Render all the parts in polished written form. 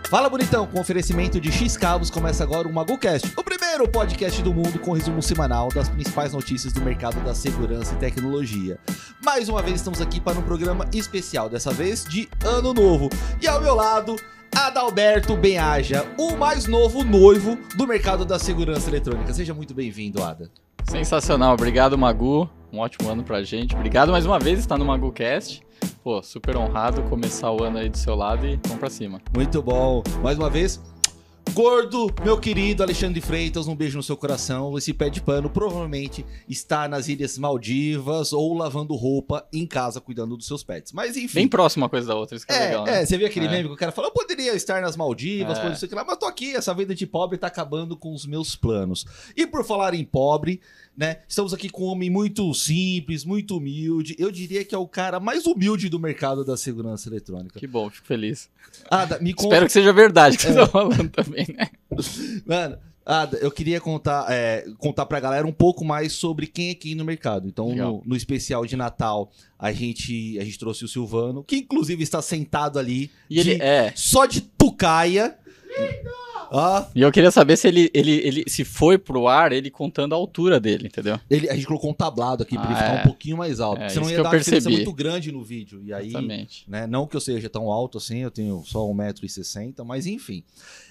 Fala, bonitão, com oferecimento de X-Cabos começa agora o MaguCast, o primeiro podcast do mundo com resumo semanal das principais notícias do mercado da segurança e tecnologia. Mais uma vez estamos aqui para um programa especial, dessa vez de Ano Novo. E ao meu lado, Adalberto Benhaja, o mais novo noivo do mercado da segurança eletrônica. Seja muito bem-vindo, Ada. Sensacional, obrigado, Magu. Um ótimo ano pra gente. Obrigado mais uma vez por estar no MaguCast. Pô, super honrado começar o ano aí do seu lado e vamos pra cima. Muito bom. Mais uma vez, gordo, meu querido Alexandre Freitas, um beijo no seu coração. Esse pé de pano provavelmente está nas Ilhas Maldivas ou lavando roupa em casa, cuidando dos seus pets. Mas enfim. Bem próxima uma coisa da outra, isso que é legal, né? Você viu aquele meme que o cara falou, eu poderia estar nas Maldivas, coisa assim, mas tô aqui, essa vida de pobre tá acabando com os meus planos. E por falar em pobre, né, estamos aqui com um homem muito simples, muito humilde. Eu diria que é o cara mais humilde do mercado da segurança eletrônica. Que bom, fico feliz. Ada, me conta... Espero que seja verdade o que você tá falando também, né? Mano, Ada, eu queria contar pra galera um pouco mais sobre quem é quem no mercado. Então, no especial de Natal, a gente trouxe o Silvano, que inclusive está sentado ali. E ele só de tucaia. Lindo! E eu queria saber se ele se foi pro ar, ele contando a altura dele, entendeu? A gente colocou um tablado aqui pra ele ficar um pouquinho mais alto. Senão isso ia que dar eu uma diferença percebi. muito grande no vídeo. E aí, exatamente. Né, não que eu seja tão alto assim, eu tenho só 1,60 m, mas enfim.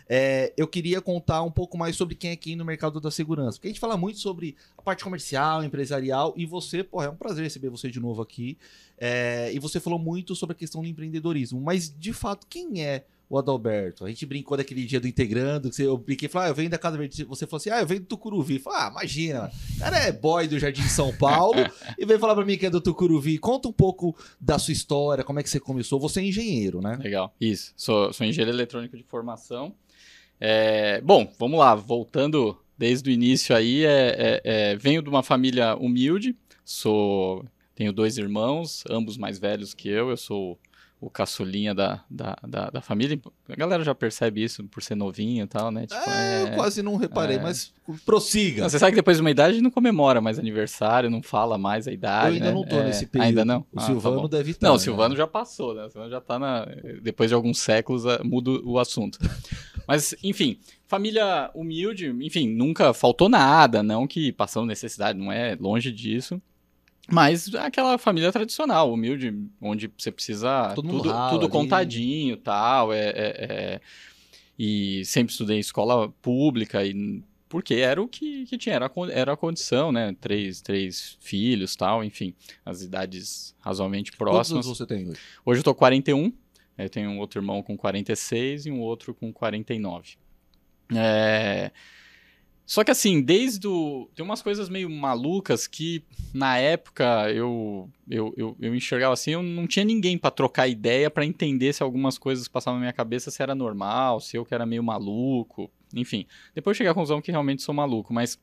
Eu queria contar um pouco mais sobre quem é quem no mercado da segurança. Porque a gente fala muito sobre a parte comercial, empresarial, e você, é um prazer receber você de novo aqui. E você falou muito sobre a questão do empreendedorismo. Mas, de fato, quem é o Adalberto? A gente brincou daquele dia do Integrando, que eu brinquei e falei, eu venho da Casa Verde. Você falou assim, eu venho do Tucuruvi. Falei, imagina, o cara é boy do Jardim São Paulo e veio falar pra mim que é do Tucuruvi. Conta um pouco da sua história, como é que você começou. Você é engenheiro, né? Legal, isso. Sou engenheiro eletrônico de formação. Bom, vamos lá, voltando desde o início aí, venho de uma família humilde, tenho 2 irmãos, ambos mais velhos que eu sou o caçulinha da família. A galera já percebe isso por ser novinho e tal, né? Tipo, eu quase não reparei, mas prossiga. Não, você sabe que depois de uma idade não comemora mais aniversário, não fala mais a idade, eu ainda não tô nesse período. Ainda não? O Silvano deve estar. Não, o Silvano já passou, né? O Silvano já tá depois de alguns séculos, muda o assunto. Mas, enfim, família humilde, enfim, nunca faltou nada, não que passamos necessidade, não é longe disso. Mas aquela família tradicional, humilde, onde você precisa tudo contadinho e tal. E sempre estudei em escola pública, porque era o que tinha, era a condição, né? Três filhos e tal, enfim, as idades razoavelmente próximas. Quantos você tem hoje? Hoje eu tô com 41, eu tenho um outro irmão com 46 e um outro com 49. Só que assim, tem umas coisas meio malucas que na época eu enxergava assim, eu não tinha ninguém para trocar ideia, para entender se algumas coisas passavam na minha cabeça, se era normal, se eu que era meio maluco, enfim. Depois eu cheguei à conclusão que realmente sou maluco, mas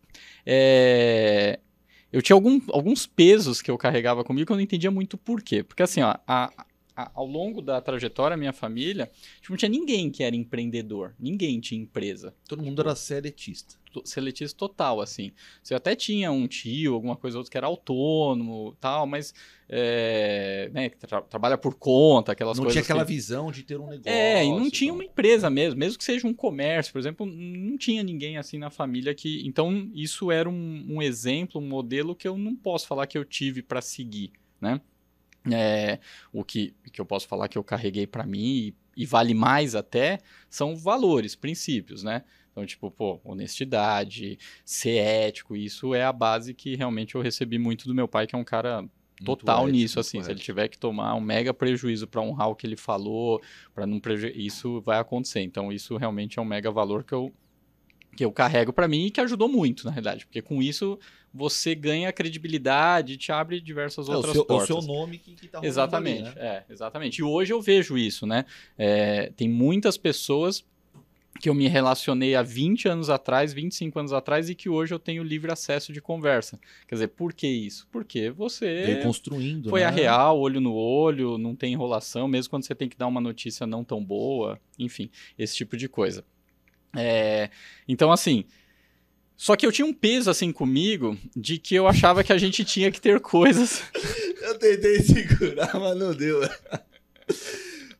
eu tinha alguns pesos que eu carregava comigo que eu não entendia muito por quê. Porque assim, ó, ao longo da trajetória, minha família, não tinha ninguém que era empreendedor, ninguém tinha empresa. Todo mundo era seletista. Seletista total, assim. Você até tinha um tio, alguma coisa ou outra que era autônomo, tal, mas né, trabalha por conta, aquelas coisas. Não tinha aquela visão de ter um negócio. E não tinha uma empresa mesmo que seja um comércio, por exemplo, não tinha ninguém assim na família que... Então, isso era um exemplo, um modelo que eu não posso falar que eu tive para seguir, né? O que eu posso falar que eu carreguei para mim e vale mais até, são valores, princípios, né? Então, tipo, honestidade, ser ético, isso é a base que realmente eu recebi muito do meu pai, que é um cara total ético, nisso, assim. Se ele tiver que tomar um mega prejuízo para honrar o que ele falou, para não isso vai acontecer. Então, isso realmente é um mega valor que eu carrego para mim e que ajudou muito, na realidade. Porque com isso você ganha credibilidade, te abre diversas outras portas. É o seu nome que tá rolando. Exatamente, ali, né? Exatamente. E hoje eu vejo isso, né? Tem muitas pessoas que eu me relacionei há 20 anos atrás, 25 anos atrás, e que hoje eu tenho livre acesso de conversa. Quer dizer, por que isso? Porque você veio construindo, foi né? a real, olho no olho, não tem enrolação, mesmo quando você tem que dar uma notícia não tão boa, enfim, esse tipo de coisa. Então, assim, só que eu tinha um peso, assim, comigo, de que eu achava que a gente tinha que ter coisas... Eu tentei segurar, mas não deu.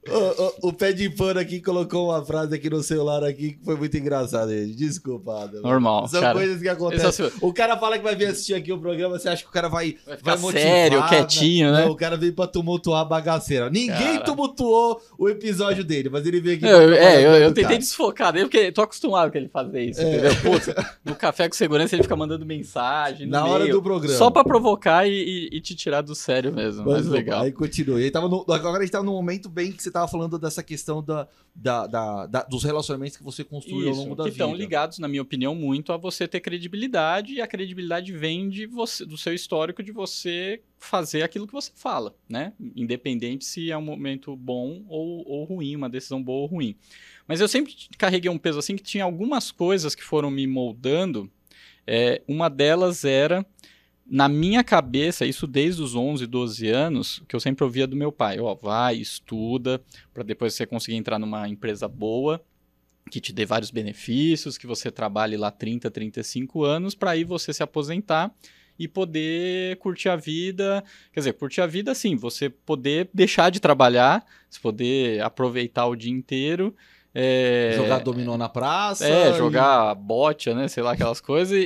O pé de pano aqui colocou uma frase aqui no celular aqui que foi muito engraçada, gente. Desculpa, Adam. Normal. São cara, coisas que acontecem. O cara fala que vai vir assistir aqui o programa, você acha que o cara vai ficar motivar, sério, quietinho, né? Não, o cara veio pra tumultuar a bagaceira. Ninguém tumultuou o episódio dele, mas ele veio aqui eu tentei desfocar dele, porque tô acostumado com ele fazer isso, entendeu? Putz, no Café com Segurança ele fica mandando mensagem na hora do programa. Só pra provocar e te tirar do sério mesmo. Mas legal. Aí continua. Agora a gente tava num momento bem que você tava falando dessa questão dos relacionamentos que você construiu ao longo da vida. Que estão ligados, na minha opinião, muito a você ter credibilidade, e a credibilidade vem do seu histórico de você fazer aquilo que você fala, né? Independente se é um momento bom ou ruim, uma decisão boa ou ruim. Mas eu sempre carreguei um peso assim que tinha algumas coisas que foram me moldando. Uma delas era, na minha cabeça, isso desde os 11, 12 anos, que eu sempre ouvia do meu pai, vai, estuda, para depois você conseguir entrar numa empresa boa, que te dê vários benefícios, que você trabalhe lá 30, 35 anos, para aí você se aposentar e poder curtir a vida. Quer dizer, curtir a vida, sim, você poder deixar de trabalhar, você poder aproveitar o dia inteiro. Jogar dominó na praça. Jogar bote, né? Sei lá, aquelas coisas,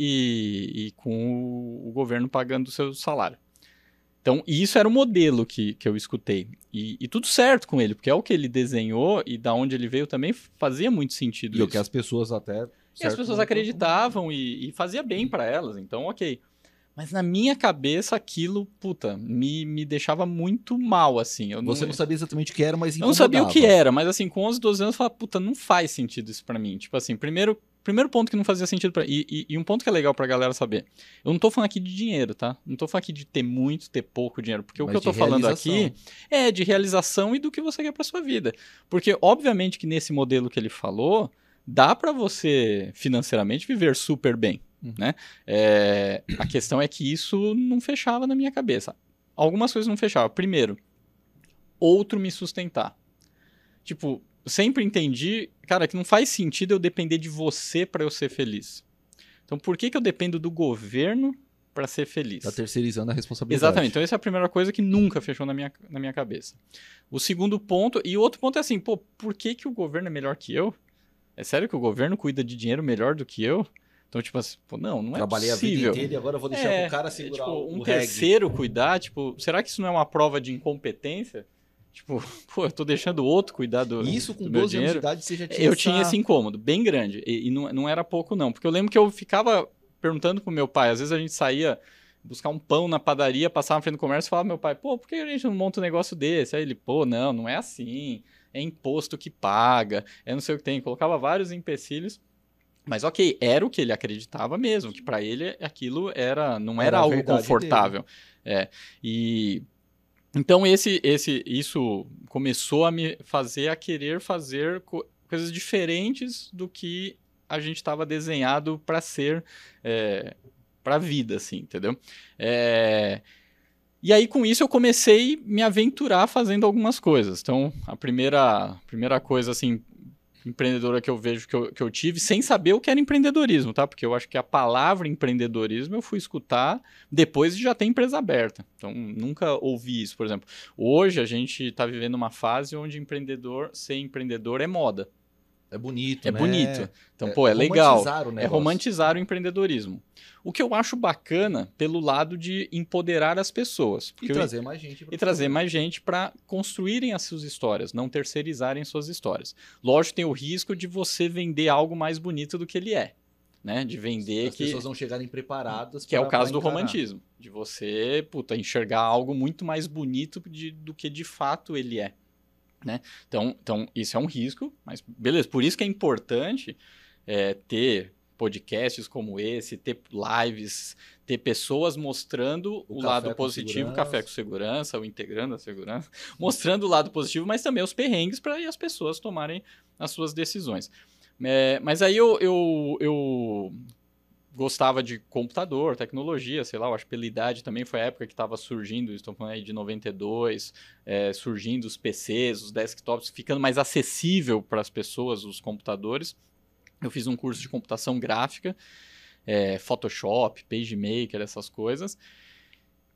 e com o governo pagando o seu salário. Então, isso era o modelo que eu escutei. E tudo certo com ele, porque é o que ele desenhou e da onde ele veio também fazia muito sentido. E o que as pessoas até... E as pessoas acreditavam e fazia bem para elas, então ok. Mas na minha cabeça aquilo, me deixava muito mal, assim. Você não sabia exatamente o que era, mas incomodava. Eu não sabia o que era, mas assim, com 11, 12 anos eu falava, não faz sentido isso pra mim. Tipo assim, primeiro ponto que não fazia sentido pra mim, e um ponto que é legal pra galera saber, eu não tô falando aqui de dinheiro, tá? Não tô falando aqui de ter muito, ter pouco dinheiro, porque o que eu tô falando aqui é de realização e do que você quer pra sua vida. Porque, obviamente, que nesse modelo que ele falou, dá pra você, financeiramente, viver super bem. Né? A questão é que isso não fechava na minha cabeça. Algumas coisas não fechavam. Primeiro, outro me sustentar. Tipo, sempre entendi, cara, que não faz sentido eu depender de você para eu ser feliz. Então, por que eu dependo do governo para ser feliz? Tá terceirizando a responsabilidade. Exatamente. Então, essa é a primeira coisa que nunca fechou na minha cabeça. O segundo ponto, e o outro ponto é assim, por que o governo é melhor que eu? É sério que o governo cuida de dinheiro melhor do que eu? Então, tipo assim, não é Trabalhei possível. a vida inteira e agora vou deixar pro cara segurar o terceiro cuidar, será que isso não é uma prova de incompetência? Eu tô deixando o outro cuidar do Isso com do 12 anos de idade você já tinha Eu tinha esse incômodo, bem grande, e não era pouco não, porque eu lembro que eu ficava perguntando pro meu pai, às vezes a gente saía buscar um pão na padaria, passava na frente do comércio e falava pro meu pai, por que a gente não monta um negócio desse? Aí ele, não é assim, é imposto que paga, não sei o que tem, colocava vários empecilhos. Mas ok, era o que ele acreditava mesmo, que para ele aquilo não era algo confortável. E então isso começou a me fazer a querer fazer coisas diferentes do que a gente estava desenhado para ser para a vida, assim, entendeu? E aí, com isso, eu comecei a me aventurar fazendo algumas coisas. Então, a primeira coisa, assim, empreendedora que eu vejo que eu tive, sem saber o que era empreendedorismo, tá? Porque eu acho que a palavra empreendedorismo eu fui escutar depois de já ter empresa aberta. Então, nunca ouvi isso, por exemplo. Hoje, a gente está vivendo uma fase onde ser empreendedor é moda. É bonito, né? É bonito. Então, é legal. É romantizar o empreendedorismo. O que eu acho bacana pelo lado de empoderar as pessoas. E trazer mais gente. E trazer mais gente para construírem as suas histórias, não terceirizarem suas histórias. Lógico, tem o risco de você vender algo mais bonito do que ele é. Né? De vender as pessoas não chegarem preparadas. Que é o caso do romantismo. De você enxergar algo muito mais bonito do que de fato ele é. Né? Então, isso é um risco, mas beleza, por isso que é importante ter podcasts como esse, ter lives, ter pessoas mostrando o lado positivo, o Café com Segurança, o Integrando a Segurança, mostrando o lado positivo, mas também os perrengues para as pessoas tomarem as suas decisões. Mas aí eu gostava de computador, tecnologia, sei lá, eu acho que pela idade também foi a época que estava surgindo, estou falando aí de 92, surgindo os PCs, os desktops, ficando mais acessível para as pessoas, os computadores. Eu fiz um curso de computação gráfica, Photoshop, PageMaker, essas coisas.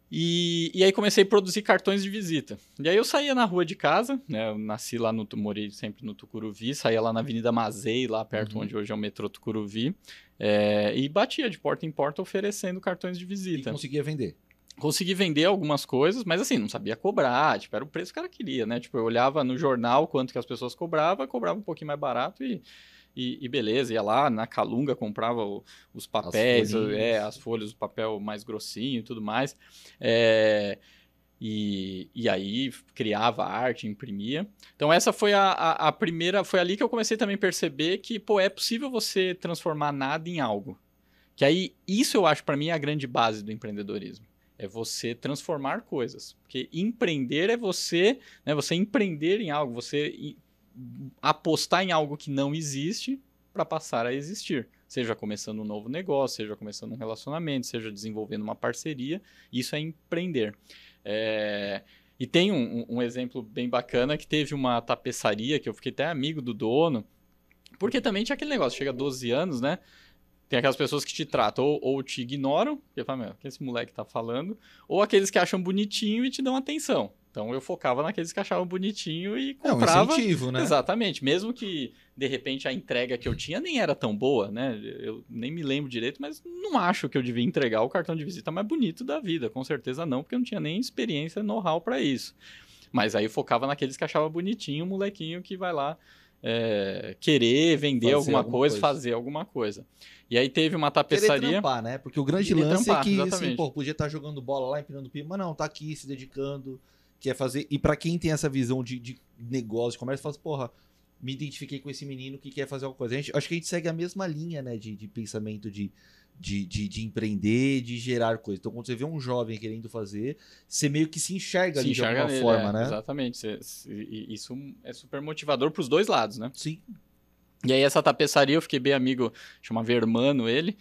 E aí comecei a produzir cartões de visita. E aí eu saía na rua de casa, né? Eu nasci lá morei sempre no Tucuruvi, saía lá na Avenida Mazei, lá perto onde hoje é o metrô Tucuruvi, e batia de porta em porta oferecendo cartões de visita. E conseguia vender. Consegui vender algumas coisas, mas assim, não sabia cobrar, tipo, era o preço que o cara queria, né? Tipo, eu olhava no jornal quanto que as pessoas cobravam, cobrava um pouquinho mais barato e beleza, ia lá na Calunga, comprava os papéis, as folhas, o papel mais grossinho e tudo mais. E aí criava arte, imprimia. Então essa foi a primeira, foi ali que eu comecei também a perceber que, pô, é possível você transformar nada em algo. Que aí, isso eu acho para mim a grande base do empreendedorismo. É você transformar coisas. Porque empreender é você, né, você empreender em algo, você apostar em algo que não existe para passar a existir. Seja começando um novo negócio, seja começando um relacionamento, seja desenvolvendo uma parceria. Isso é empreender. E tem um exemplo bem bacana que teve uma tapeçaria que eu fiquei até amigo do dono, porque também tinha aquele negócio, chega a 12 anos, né? Tem aquelas pessoas que te tratam ou te ignoram, porque fala, meu, o que esse moleque tá falando, ou aqueles que acham bonitinho e te dão atenção. Então eu focava naqueles que achavam bonitinho e comprava. É um incentivo, né? Exatamente. Mesmo que, de repente, a entrega que eu tinha nem era tão boa, né? Eu nem me lembro direito, mas não acho que eu devia entregar o cartão de visita mais bonito da vida. Com certeza não, porque eu não tinha nem experiência, know-how para isso. Mas aí eu focava naqueles que achavam bonitinho o molequinho que vai lá querer vender alguma coisa, fazer alguma coisa. E aí teve uma tapeçaria... Querer trampar, né? Porque o grande lance é que, assim, pô, podia estar jogando bola lá, empinando pipa, mas não, tá aqui se dedicando, quer fazer... E pra quem tem essa visão de negócio, de comércio, fala assim, porra, me identifiquei com esse menino que quer fazer alguma coisa. Acho que a gente segue a mesma linha, né, de pensamento de empreender, de gerar coisa. Então, quando você vê um jovem querendo fazer, você meio que se enxerga ali de alguma forma, né? Exatamente. Isso é super motivador pros dois lados, né? Sim. E aí essa tapeçaria eu fiquei bem amigo, chamava Hermano ele,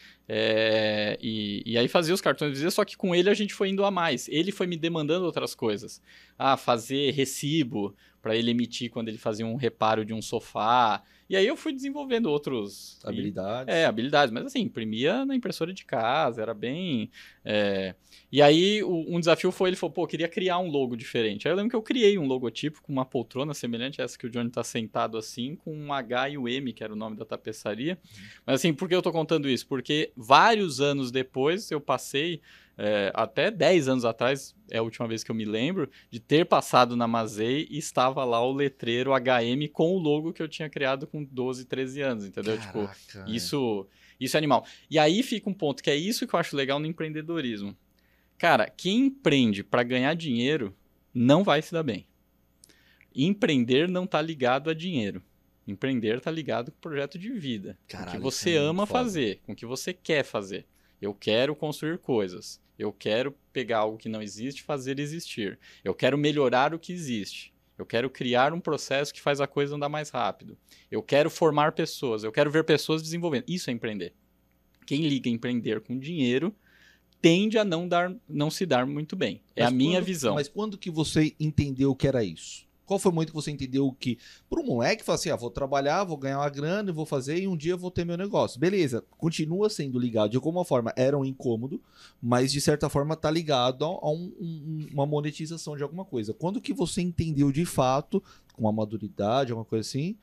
e aí fazia os cartões de visita, só que com ele a gente foi indo a mais. Ele foi me demandando outras coisas. Fazer recibo para ele emitir quando ele fazia um reparo de um sofá. E aí eu fui desenvolvendo outros... Habilidades. Habilidades, mas assim, imprimia na impressora de casa, era bem... E aí um desafio foi, ele falou, pô, eu queria criar um logo diferente. Aí eu lembro que eu criei um logotipo com uma poltrona semelhante a essa que o Johnny tá sentado assim, com um H e o M, que era o nome da tapeçaria. Mas assim, por que eu tô contando isso? Porque vários anos depois eu passei... até 10 anos atrás, é a última vez que eu me lembro, de ter passado na Mazei e estava lá o letreiro HM com o logo que eu tinha criado com 12, 13 anos, entendeu? Caraca, tipo, isso é animal. E aí fica um ponto que é isso que eu acho legal no empreendedorismo. Cara, quem empreende para ganhar dinheiro não vai se dar bem. Empreender não está ligado a dinheiro. Empreender está ligado com o projeto de vida. Caralho, com o que você ama fazer, com o que você quer fazer. Eu quero construir coisas. Eu quero pegar algo que não existe e fazer existir. Eu quero melhorar o que existe. Eu quero criar um processo que faz a coisa andar mais rápido. Eu quero formar pessoas. Eu quero ver pessoas desenvolvendo. Isso é empreender. Quem liga a empreender com dinheiro tende a não se dar muito bem. A minha visão. Mas quando que você entendeu que era isso? Qual foi o momento que você entendeu que... Por um moleque, fala assim, vou trabalhar, vou ganhar uma grana, vou fazer e um dia eu vou ter meu negócio. Beleza, continua sendo ligado. De alguma forma, era um incômodo, mas de certa forma tá ligado a uma monetização de alguma coisa. Quando que você entendeu de fato, com uma maturidade, alguma coisa assim,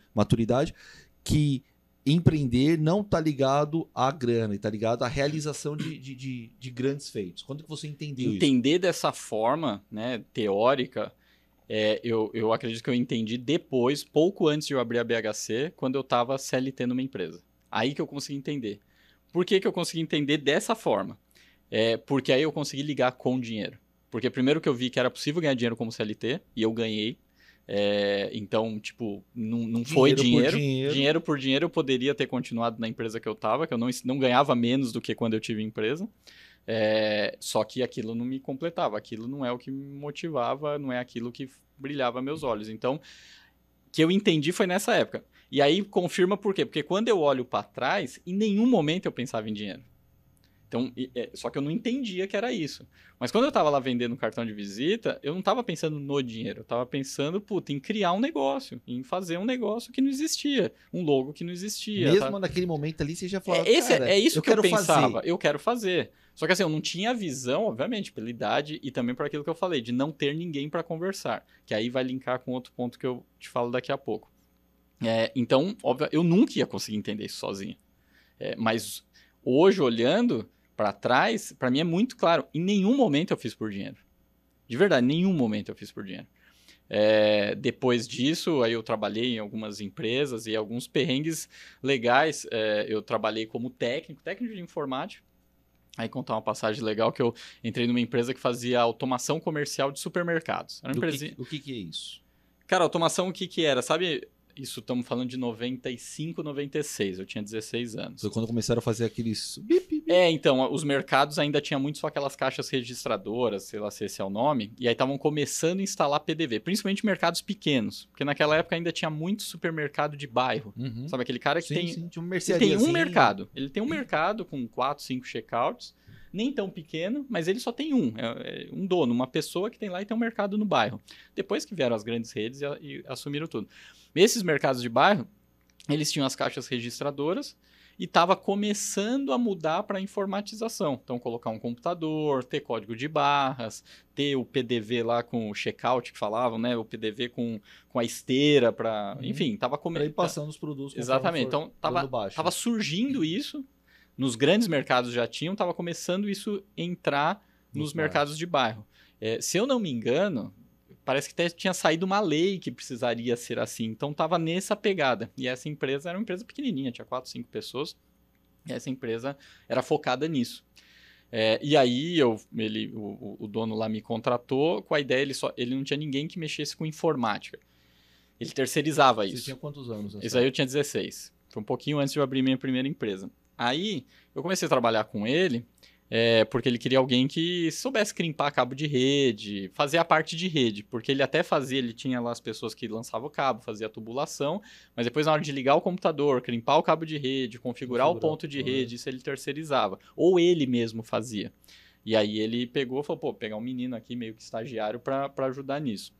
que empreender não tá ligado à grana, tá ligado à realização de grandes feitos? Quando que você entendeu isso? Entender dessa forma, né, teórica... eu acredito que eu entendi depois, pouco antes de eu abrir a BHC, quando eu estava CLT numa empresa. Aí que eu consegui entender. Por que eu consegui entender dessa forma? Porque aí eu consegui ligar com dinheiro. Porque primeiro que eu vi que era possível ganhar dinheiro como CLT, e eu ganhei. Então, tipo, não foi dinheiro. Dinheiro por dinheiro eu poderia ter continuado na empresa que eu estava, que eu não ganhava menos do que quando eu tive empresa. Só que aquilo não me completava, aquilo não é o que me motivava, não é aquilo que brilhava meus olhos. Então, o que eu entendi foi nessa época. E aí confirma por quê? Porque quando eu olho para trás, em nenhum momento eu pensava em dinheiro. Então, só que eu não entendia que era isso. Mas quando eu estava lá vendendo cartão de visita, eu não estava pensando no dinheiro. Eu estava pensando, puta, em criar um negócio, em fazer um negócio que não existia, um logo que não existia. Mesmo naquele momento ali, você já falava, é isso que eu pensava, fazer. eu quero fazer. Só que assim, eu não tinha a visão, obviamente, pela idade e também por aquilo que eu falei, de não ter ninguém para conversar. Que aí vai linkar com outro ponto que eu te falo daqui a pouco. Então, óbvio, eu nunca ia conseguir entender isso sozinho. Mas hoje, olhando para trás, para mim é muito claro, em nenhum momento eu fiz por dinheiro. De verdade, em nenhum momento eu fiz por dinheiro. Depois disso, aí eu trabalhei em algumas empresas e alguns perrengues legais. Eu trabalhei como técnico de informática. Aí contar uma passagem legal que eu entrei numa empresa que fazia automação comercial de supermercados. Era uma empresa... O que é isso? Cara, automação o que era? Sabe... Isso estamos falando de 95, 96. Eu tinha 16 anos. Foi quando começaram a fazer aqueles... Bip, bip. Então, os mercados ainda tinham muito só aquelas caixas registradoras, sei lá se esse é o nome, e aí estavam começando a instalar PDV, principalmente mercados pequenos, porque naquela época ainda tinha muito supermercado de bairro. Uhum. Sabe aquele cara que Sim, tem... Sim, tinha uma ele tem um merceariazinha. mercado. Ele tem um mercado com 4, 5 checkouts, nem tão pequeno, mas ele só tem um dono, uma pessoa que tem lá e tem um mercado no bairro. Depois que vieram as grandes redes e assumiram tudo. Esses mercados de bairro, eles tinham as caixas registradoras e estava começando a mudar para a informatização. Então, colocar um computador, ter código de barras, ter o PDV lá com o checkout que falavam, né? O PDV com a esteira para... Enfim, estava começando... Para ir passando os produtos. Exatamente. Então, estava surgindo isso. Nos grandes mercados já tinham, estava começando isso a entrar nos mercados de bairro. Se eu não me engano... Parece que até tinha saído uma lei que precisaria ser assim. Então, estava nessa pegada. E essa empresa era uma empresa pequenininha, tinha 4, 5 pessoas. E essa empresa era focada nisso. E aí, o dono lá me contratou com a ideia, ele não tinha ninguém que mexesse com informática. Ele terceirizava isso. Você tinha quantos anos? Isso aí eu tinha 16. Foi um pouquinho antes de eu abrir minha primeira empresa. Aí, eu comecei a trabalhar com ele... porque ele queria alguém que soubesse crimpar cabo de rede, fazer a parte de rede, porque ele até fazia, ele tinha lá as pessoas que lançavam o cabo, fazia a tubulação, mas depois na hora de ligar o computador, crimpar o cabo de rede, configurar o ponto de rede, isso ele terceirizava, ou ele mesmo fazia. E aí ele pegou e falou, pô, pegar um menino aqui meio que estagiário para ajudar nisso.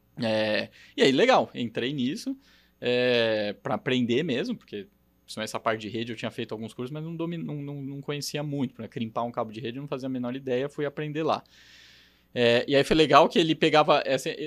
E aí, legal, entrei nisso para aprender mesmo, porque... Principalmente essa parte de rede, eu tinha feito alguns cursos, mas não conhecia muito. Para crimpar um cabo de rede, eu não fazia a menor ideia, fui aprender lá. E aí foi legal que ele pegava...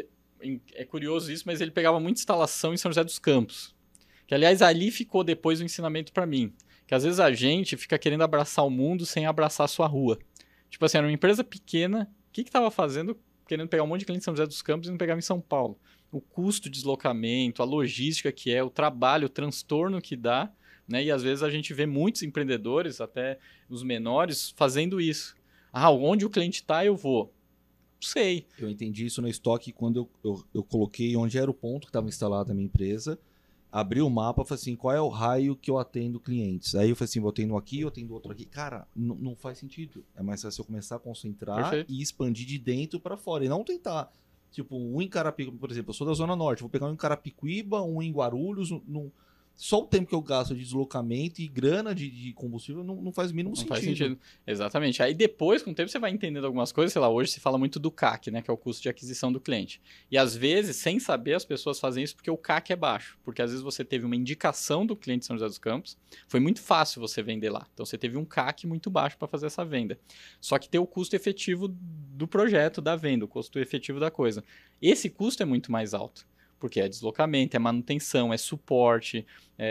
É curioso isso, mas ele pegava muita instalação em São José dos Campos. Que, aliás, ali ficou depois o ensinamento para mim. Que às vezes a gente fica querendo abraçar o mundo sem abraçar a sua rua. Tipo assim, era uma empresa pequena, o que estava fazendo querendo pegar um monte de cliente em São José dos Campos e não pegava em São Paulo? O custo de deslocamento, a logística que o trabalho, o transtorno que dá... Né? E às vezes a gente vê muitos empreendedores, até os menores, fazendo isso. Onde o cliente está, eu vou. Não sei. Eu entendi isso no estoque quando eu coloquei onde era o ponto que estava instalado na minha empresa, abri o mapa e falei assim, qual é o raio que eu atendo clientes? Aí eu falei assim, vou atendo aqui, eu atendo outro aqui. Cara, não faz sentido. É mais fácil eu começar a concentrar e expandir de dentro para fora. E não tentar, tipo, um em Carapicuíba, por exemplo, eu sou da Zona Norte, vou pegar um em Carapicuíba, um em Guarulhos, só o tempo que eu gasto de deslocamento e grana de combustível não faz o mínimo sentido. Não faz sentido. Exatamente. Aí depois, com o tempo, você vai entendendo algumas coisas. Sei lá, hoje se fala muito do CAC, né? Que é o custo de aquisição do cliente. E às vezes, sem saber, as pessoas fazem isso porque o CAC é baixo. Porque às vezes você teve uma indicação do cliente de São José dos Campos. Foi muito fácil você vender lá. Então você teve um CAC muito baixo para fazer essa venda. Só que tem o custo efetivo do projeto, da venda, o custo efetivo da coisa. Esse custo é muito mais alto. Porque é deslocamento, é manutenção, é suporte,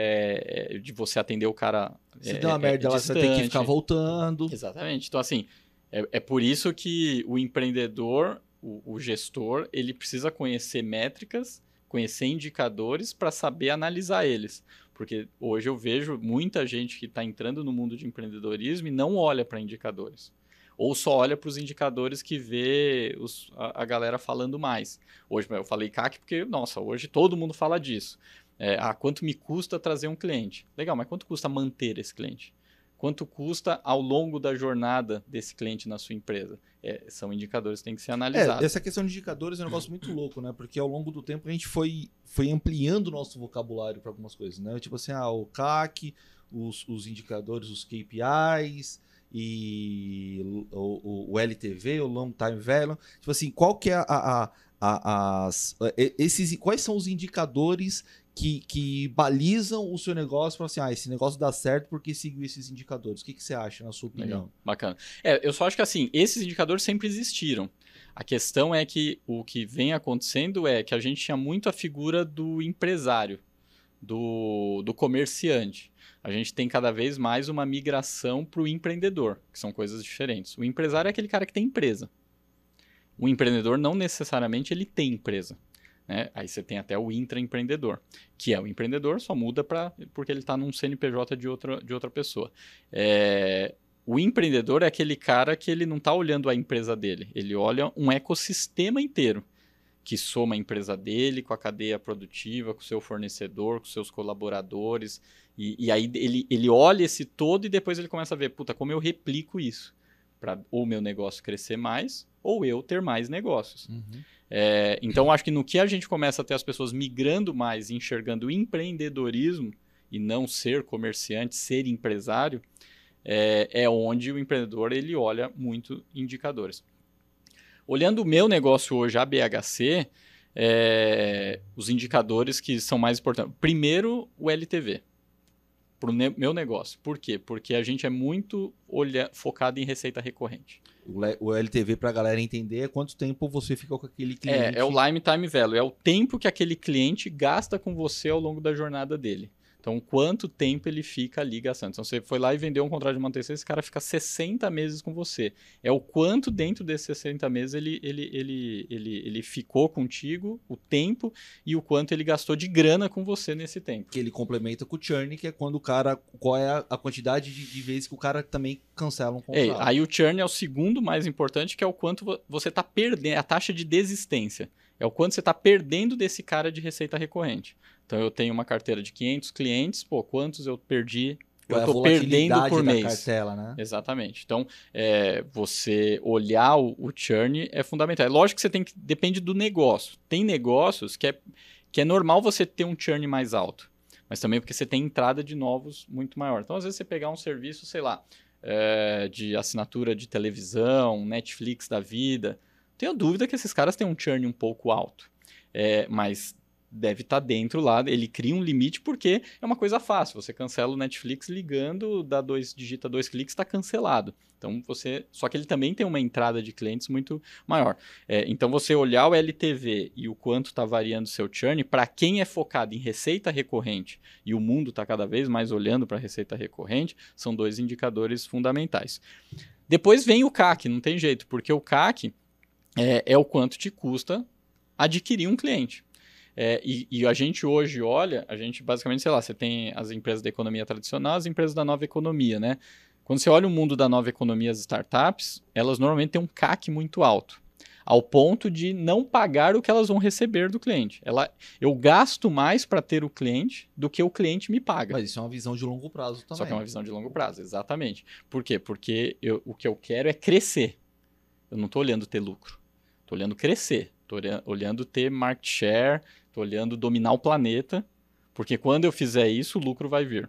de você atender o cara. Se der uma merda lá, você vai ter que ficar voltando. Exatamente. Então, assim, é por isso que o empreendedor, o gestor, ele precisa conhecer métricas, conhecer indicadores para saber analisar eles. Porque hoje eu vejo muita gente que está entrando no mundo de empreendedorismo e não olha para indicadores. Ou só olha para os indicadores que vê a galera falando mais. Hoje eu falei CAC porque, nossa, hoje todo mundo fala disso. Quanto me custa trazer um cliente? Legal, mas quanto custa manter esse cliente? Quanto custa ao longo da jornada desse cliente na sua empresa? São indicadores que têm que ser analisados. Essa questão de indicadores é um negócio muito louco, né? Porque ao longo do tempo a gente foi ampliando o nosso vocabulário para algumas coisas, né? Tipo assim, o CAC, os indicadores, os KPIs... e o LTV, o Long Time Value. Tipo assim, qual que é quais são os indicadores que balizam o seu negócio para assim, esse negócio dá certo porque seguiu esses indicadores. O que você acha, na sua opinião? Legal, bacana. Eu só acho que assim, esses indicadores sempre existiram. A questão é que o que vem acontecendo é que a gente tinha muito a figura do empresário, do comerciante. A gente tem cada vez mais uma migração para o empreendedor, que são coisas diferentes. O empresário é aquele cara que tem empresa. O empreendedor não necessariamente ele tem empresa. Né? Aí você tem até o intraempreendedor, que é o empreendedor, só muda porque ele está num CNPJ de outra pessoa. O empreendedor é aquele cara que ele não está olhando a empresa dele, ele olha um ecossistema inteiro, que soma a empresa dele com a cadeia produtiva, com o seu fornecedor, com seus colaboradores, e aí ele olha esse todo e depois ele começa a ver, puta, como eu replico isso, para ou meu negócio crescer mais, ou eu ter mais negócios. Uhum. Então, acho que no que a gente começa a ter as pessoas migrando mais, enxergando o empreendedorismo e não ser comerciante, ser empresário, é onde o empreendedor ele olha muito indicadores. Olhando o meu negócio hoje, a BHC, os indicadores que são mais importantes. Primeiro, o LTV, para o meu negócio. Por quê? Porque a gente é muito focado em receita recorrente. O LTV, para a galera entender, é quanto tempo você fica com aquele cliente. É o Lifetime Value, é o tempo que aquele cliente gasta com você ao longo da jornada dele. Então, quanto tempo ele fica ali gastando. Então, você foi lá e vendeu um contrato de manutenção, esse cara fica 60 meses com você. É o quanto dentro desses 60 meses ele ficou contigo, o tempo, e o quanto ele gastou de grana com você nesse tempo. Que ele complementa com o churn, que é quando o cara... Qual é a quantidade de vezes que o cara também cancela um contrato. Aí o churn é o segundo mais importante, que é o quanto você está perdendo, a taxa de desistência. É o quanto você está perdendo desse cara de receita recorrente. Então, eu tenho uma carteira de 500 clientes, quantos eu perdi? Eu estou perdendo por mês. Cartela, né? Exatamente. Então, você olhar o churn é fundamental. É lógico que depende do negócio. Tem negócios que é normal você ter um churn mais alto, mas também porque você tem entrada de novos muito maior. Então, às vezes, você pegar um serviço, sei lá, de assinatura de televisão, Netflix da vida, tenho dúvida que esses caras têm um churn um pouco alto, mas deve estar dentro lá, ele cria um limite porque é uma coisa fácil, você cancela o Netflix ligando, digita 2 cliques, está cancelado. Então só que ele também tem uma entrada de clientes muito maior. Então você olhar o LTV e o quanto está variando o seu churn, para quem é focado em receita recorrente, e o mundo está cada vez mais olhando para receita recorrente, são 2 indicadores fundamentais. Depois vem o CAC, não tem jeito, porque o CAC é o quanto te custa adquirir um cliente. E a gente hoje olha, a gente basicamente, sei lá, você tem as empresas da economia tradicional, as empresas da nova economia, né? Quando você olha o mundo da nova economia, as startups, elas normalmente têm um CAC muito alto, ao ponto de não pagar o que elas vão receber do cliente. Eu gasto mais para ter o cliente do que o cliente me paga. Mas isso é uma visão de longo prazo também. Só que é uma visão de longo prazo, exatamente. Por quê? Porque o que eu quero é crescer. Eu não estou olhando ter lucro. Estou olhando crescer. Estou olhando ter market share, estou olhando dominar o planeta, porque quando eu fizer isso, o lucro vai vir.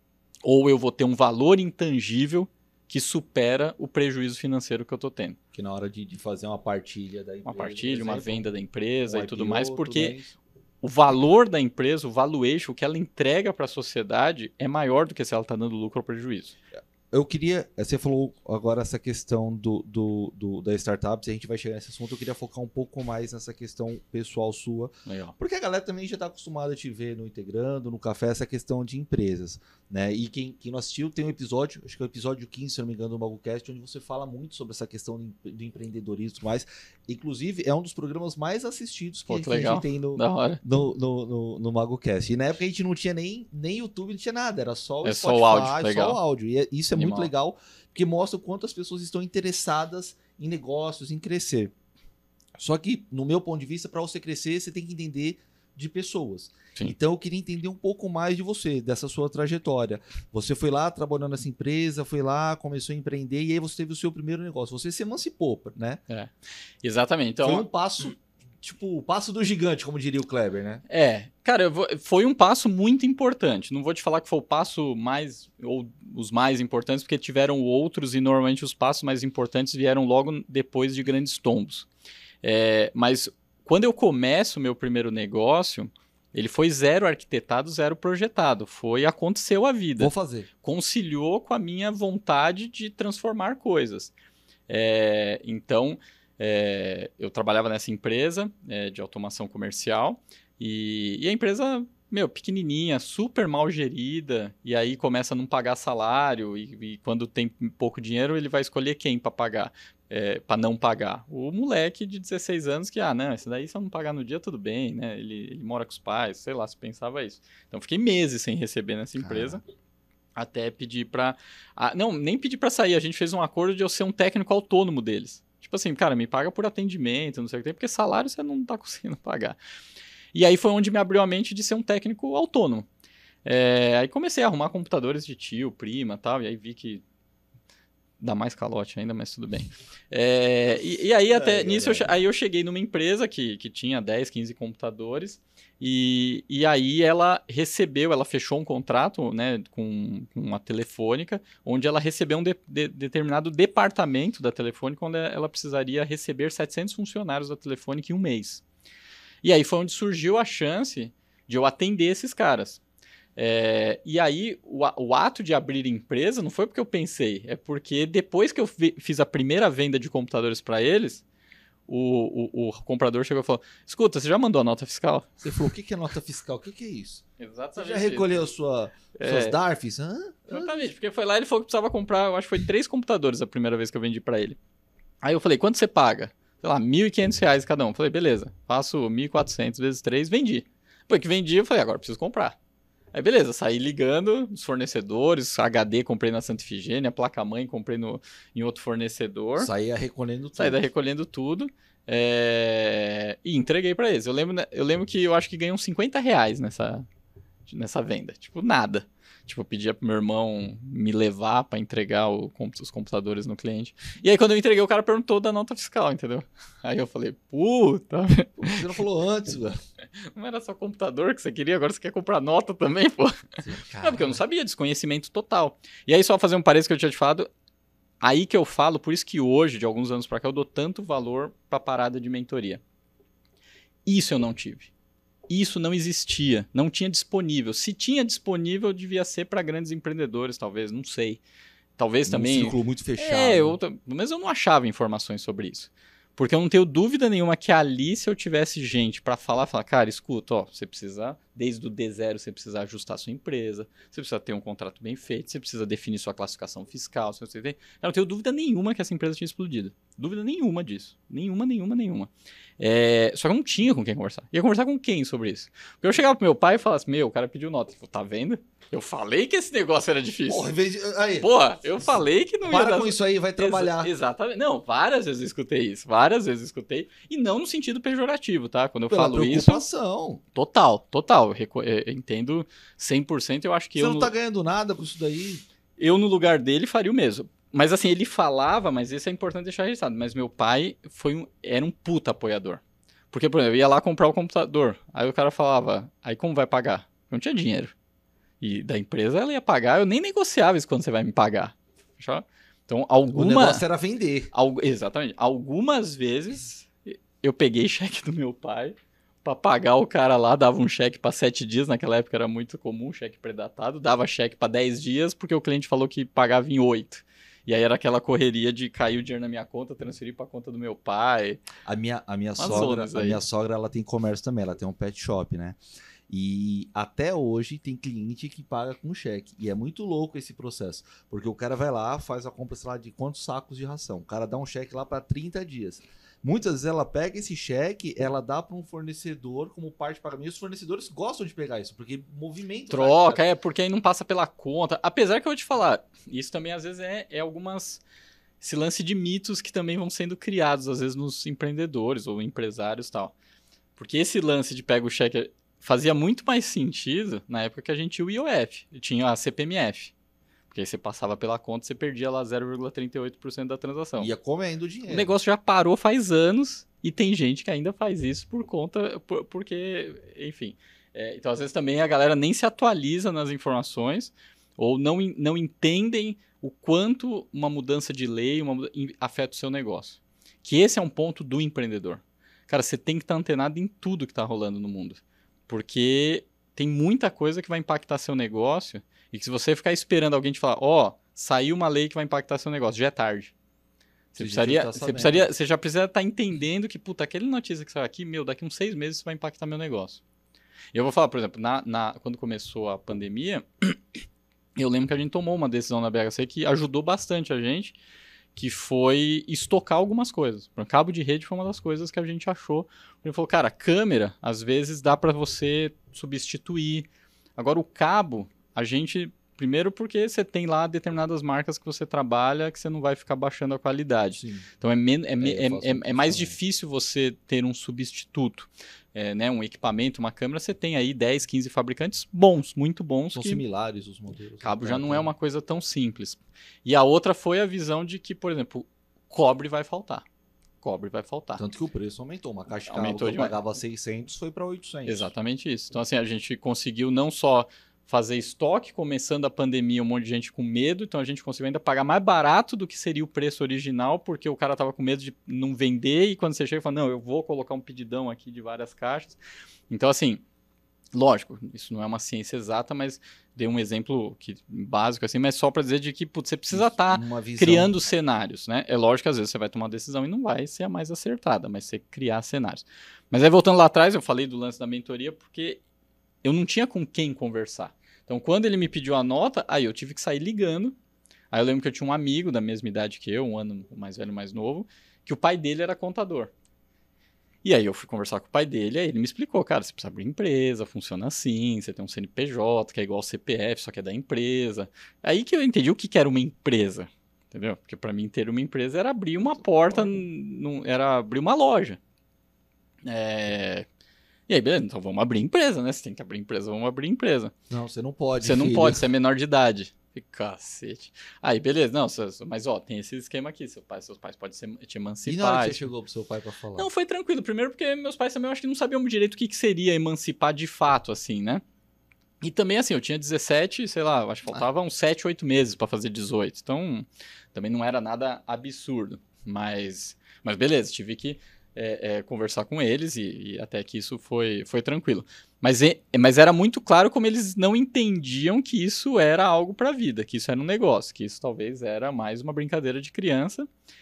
Ou eu vou ter um valor intangível que supera o prejuízo financeiro que eu estou tendo. Que na hora de fazer uma partilha da empresa. Uma partilha, uma venda da empresa e tudo IPO, mais, porque o valor da empresa, o valuation, o que ela entrega para a sociedade é maior do que se ela está dando lucro ou prejuízo. Eu queria... Você falou agora essa questão da startups, e a gente vai chegar nesse assunto. Eu queria focar um pouco mais nessa questão pessoal sua. Legal. Porque a galera também já está acostumada a te ver no Integrando, no Café, essa questão de empresas. Né? E quem não assistiu, tem um episódio, acho que é o episódio 15, se não me engano, do MagoCast, onde você fala muito sobre essa questão do empreendedorismo e tudo mais. Inclusive, é um dos programas mais assistidos que a gente tem no MagoCast. E na época a gente não tinha nem YouTube, não tinha nada, era só o Spotify, só o áudio. Legal. Só o áudio. E isso é Animal. muito legal, porque mostra o quanto as pessoas estão interessadas em negócios, em crescer. Só que, no meu ponto de vista, para você crescer, você tem que entender de pessoas. Sim. Então, eu queria entender um pouco mais de você, dessa sua trajetória. Você foi lá trabalhando nessa empresa, foi lá, começou a empreender, e aí você teve o seu primeiro negócio. Você se emancipou, né? Exatamente. Então, foi um passo tipo, o passo do gigante, como diria o Kleber, né? Cara, foi um passo muito importante. Não vou te falar que foi o passo mais, ou os mais importantes, porque tiveram outros e normalmente os passos mais importantes vieram logo depois de grandes tombos. Mas quando eu começo o meu primeiro negócio, ele foi zero arquitetado, zero projetado. Aconteceu a vida. Vou fazer. Conciliou com a minha vontade de transformar coisas. Então, eu trabalhava nessa empresa de automação comercial e a empresa, pequenininha, super mal gerida, e aí começa a não pagar salário e quando tem pouco dinheiro ele vai escolher quem para pagar, para não pagar. O moleque de 16 anos que, não, esse daí se eu não pagar no dia tudo bem, né? Ele mora com os pais, sei lá, se pensava isso. Então fiquei meses sem receber nessa empresa. Até pedir para... não, nem pedir para sair. A gente fez um acordo de eu ser um técnico autônomo deles. Tipo assim, cara, me paga por atendimento, não sei o que tem, porque salário você não tá conseguindo pagar. E aí foi onde me abriu a mente de ser um técnico autônomo. Aí comecei a arrumar computadores de tio, prima e tal, e aí vi que dá mais calote ainda, mas tudo bem. E aí até nisso eu cheguei numa empresa que tinha 10, 15 computadores, e aí ela fechou um contrato, né, com uma Telefônica, onde ela recebeu um determinado departamento da Telefônica, onde ela precisaria receber 700 funcionários da Telefônica em um mês. E aí foi onde surgiu a chance de eu atender esses caras. E aí, o ato de abrir empresa não foi porque eu pensei, é porque depois que eu fiz a primeira venda de computadores para eles, o comprador chegou e falou: escuta, você já mandou a nota fiscal? Você falou, o que é nota fiscal? O que é isso? Exatamente. Você já recolheu suas DARFs? Exatamente, porque foi lá e ele falou que precisava comprar, eu acho que foi 3 computadores a primeira vez que eu vendi para ele. Aí eu falei, quanto você paga? Sei lá, R$1.500 cada um. Eu falei, beleza, faço 1.400 vezes 3, vendi. Depois que vendi, eu falei, agora preciso comprar. Aí beleza, saí ligando os fornecedores, HD comprei na Santa Efigênia, placa-mãe comprei em outro fornecedor. Saía recolhendo tudo. Saí recolhendo tudo e entreguei pra eles. Eu lembro que eu acho que ganhei uns R$50 nessa venda. Tipo, nada. Tipo, eu pedia pro meu irmão me levar pra entregar os computadores no cliente. E aí, quando eu entreguei, o cara perguntou da nota fiscal, entendeu? Aí eu falei, puta... Você não falou antes, velho. Não era só computador que você queria, agora você quer comprar nota também, pô. Não, porque eu não sabia, desconhecimento total. E aí, só fazer um parênteses que eu tinha te falado, aí que eu falo, por isso que hoje, de alguns anos pra cá, eu dou tanto valor pra parada de mentoria. Isso eu não tive. Isso não existia, não tinha disponível. Se tinha disponível, devia ser para grandes empreendedores, talvez, não sei. Talvez também... Um círculo muito fechado. Mas eu não achava informações sobre isso. Porque eu não tenho dúvida nenhuma que ali, se eu tivesse gente para falar, cara, escuta, você precisa, desde o D0, você precisa ajustar a sua empresa, você precisa ter um contrato bem feito, você precisa definir sua classificação fiscal, se você tem... Eu não tenho dúvida nenhuma que essa empresa tinha explodido. Dúvida nenhuma disso. Nenhuma. Só que eu não tinha com quem conversar. Ia conversar com quem sobre isso? Porque eu chegava pro meu pai e falava assim, o cara pediu nota. Tá vendo? Eu falei que esse negócio era difícil. Porra, em vez de... Aí. Porra, eu falei que não ia Para com isso aí, vai trabalhar. Exatamente. Não, várias vezes eu escutei isso. Várias vezes eu escutei. E não no sentido pejorativo, tá? Quando eu falo isso... preocupação. Total. Eu entendo 100%. Eu acho que Você não tá ganhando nada com isso daí? Eu, no lugar dele, faria o mesmo. Mas assim, ele falava, mas isso é importante deixar registrado. Mas meu pai era um puta apoiador. Porque, por exemplo, eu ia lá comprar o computador. Aí o cara falava, aí como vai pagar? Eu não tinha dinheiro. E da empresa ela ia pagar, eu nem negociava isso quando você vai me pagar. Então, O negócio era vender. Exatamente. Algumas vezes eu peguei cheque do meu pai pra pagar o cara lá, dava um cheque pra 7 dias, naquela época era muito comum, cheque predatado, dava cheque pra 10 dias porque o cliente falou que pagava em 8. E aí era aquela correria de cair o dinheiro na minha conta, transferir pra conta do meu pai. A minha sogra, ela tem comércio também, ela tem um pet shop, né? E até hoje tem cliente que paga com cheque. E é muito louco esse processo. Porque o cara vai lá, faz a compra, sei lá, de quantos sacos de ração. O cara dá um cheque lá para 30 dias. Muitas vezes ela pega esse cheque, ela dá para um fornecedor como parte de pagamento. E os fornecedores gostam de pegar isso, porque movimento... Troca, porque aí não passa pela conta. Apesar que eu vou te falar, isso também às vezes é algumas... Esse lance de mitos que também vão sendo criados, às vezes, nos empreendedores ou empresários e tal. Porque esse lance de pega o cheque... Fazia muito mais sentido na época que a gente tinha o IOF, tinha a CPMF. Porque aí você passava pela conta, você perdia lá 0,38% da transação. Ia comendo dinheiro. O negócio já parou faz anos e tem gente que ainda faz isso porque, enfim. Então, às vezes também a galera nem se atualiza nas informações ou não entendem o quanto uma mudança de lei afeta o seu negócio. Que esse é um ponto do empreendedor. Cara, você tem que estar antenado em tudo que está rolando no mundo. Porque tem muita coisa que vai impactar seu negócio e que se você ficar esperando alguém te falar, saiu uma lei que vai impactar seu negócio, já é tarde. Você já precisa estar entendendo que, aquela notícia que saiu aqui, daqui uns 6 meses isso vai impactar meu negócio. Eu vou falar, por exemplo, quando começou a pandemia, eu lembro que a gente tomou uma decisão na BHC que ajudou bastante a gente, que foi estocar algumas coisas. O cabo de rede foi uma das coisas que a gente achou. Ele falou, cara, câmera, às vezes dá para você substituir. Agora, o cabo, a gente... Primeiro porque você tem lá determinadas marcas que você trabalha que você não vai ficar baixando a qualidade. Sim. Então, é mais difícil você ter um substituto. Né, um equipamento, uma câmera, você tem aí 10, 15 fabricantes bons, muito bons. São similares os modelos. Cabo já não é uma coisa tão simples. E a outra foi a visão de que, por exemplo, cobre vai faltar. Tanto que o preço aumentou. Uma caixa de cabo que eu pagava 600 foi para 800. Exatamente isso. Então, assim, a gente conseguiu não só fazer estoque, começando a pandemia, um monte de gente com medo, então a gente conseguiu ainda pagar mais barato do que seria o preço original, porque o cara estava com medo de não vender, e quando você chega e fala, não, eu vou colocar um pedidão aqui de várias caixas. Então, assim, lógico, isso não é uma ciência exata, mas dei um exemplo básico, assim, mas só para dizer de que você precisa estar criando cenários, né? É lógico que às vezes você vai tomar uma decisão e não vai ser a mais acertada, mas você criar cenários. Mas aí, voltando lá atrás, eu falei do lance da mentoria, porque eu não tinha com quem conversar. Então, quando ele me pediu a nota, aí eu tive que sair ligando. Aí eu lembro que eu tinha um amigo da mesma idade que eu, um ano mais velho, mais novo, que o pai dele era contador. E aí eu fui conversar com o pai dele, aí ele me explicou, cara, você precisa abrir empresa, funciona assim, você tem um CNPJ, que é igual ao CPF, só que é da empresa. Aí que eu entendi o que era uma empresa, entendeu? Porque para mim ter uma empresa era abrir uma porta, era abrir uma loja. E aí, beleza, então vamos abrir empresa, né? Você tem que abrir empresa, vamos abrir empresa. Não, você não pode, Você não pode, você é menor de idade. Cacete. Aí, beleza, não, mas tem esse esquema aqui, seus pais podem te emancipar. E na hora que você chegou pro seu pai pra falar? Não, foi tranquilo. Primeiro porque meus pais também, eu acho que não sabiam direito o que seria emancipar de fato, assim, né? E também, assim, eu tinha 17, sei lá, acho que faltava uns 7, 8 meses pra fazer 18. Então, também não era nada absurdo. Mas beleza, tive que conversar com eles e até que isso foi tranquilo. Mas era muito claro como eles não entendiam que isso era algo para a vida, que isso era um negócio, que isso talvez era mais uma brincadeira de criança,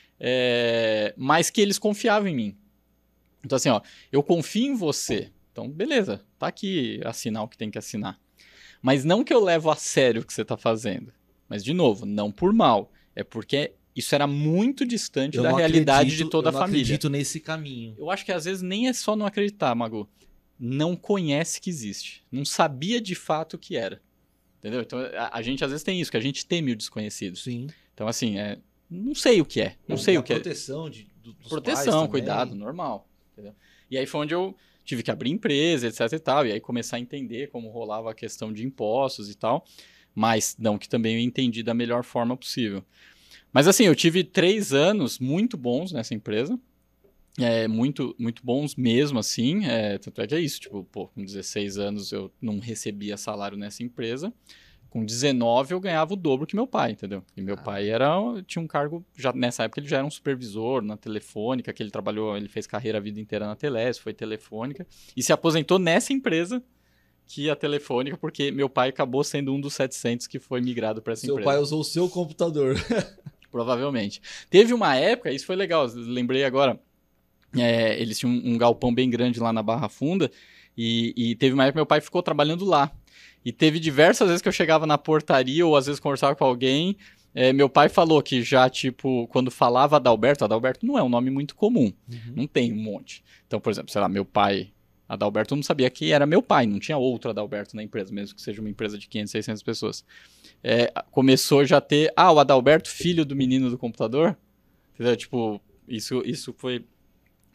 mas que eles confiavam em mim. Então assim, eu confio em você, então beleza, tá aqui assinar o que tem que assinar. Mas não que eu levo a sério o que você está fazendo. Mas, de novo, não por mal, é porque isso era muito distante da realidade de toda a família. Eu não acredito nesse caminho. Eu acho que às vezes nem é só não acreditar, Magu. Não conhece que existe. Não sabia de fato o que era. Entendeu? Então a gente às vezes tem isso, que a gente teme o desconhecido. Sim. Então assim, não sei o que é. Não sei o que proteção dos proteção, pais cuidado, normal. Entendeu? E aí foi onde eu tive que abrir empresa, etc e tal. E aí começar a entender como rolava a questão de impostos e tal. Mas não que também eu entendi da melhor forma possível. Mas assim, eu tive 3 anos muito bons nessa empresa. Muito, muito bons mesmo, assim. Tanto é que é isso, tipo, com 16 anos eu não recebia salário nessa empresa. Com 19 eu ganhava o dobro que meu pai, entendeu? E meu pai tinha um cargo, já nessa época ele já era um supervisor na Telefônica, que ele fez carreira a vida inteira na Telesp, foi Telefônica, e se aposentou nessa empresa que a Telefônica, porque meu pai acabou sendo um dos 700 que foi migrado para essa empresa. Seu pai usou o seu computador. Provavelmente. Teve uma época, isso foi legal, lembrei agora, eles tinham um galpão bem grande lá na Barra Funda, e teve uma época que meu pai ficou trabalhando lá. E teve diversas vezes que eu chegava na portaria, ou às vezes conversava com alguém, meu pai falou que já, tipo, quando falava Adalberto não é um nome muito comum, não tem um monte. Então, por exemplo, sei lá, meu pai, Adalberto, eu não sabia que era meu pai, não tinha outro Adalberto na empresa, mesmo que seja uma empresa de 500, 600 pessoas. Começou já a ter, o Adalberto, filho do menino do computador, entendeu? Tipo, isso foi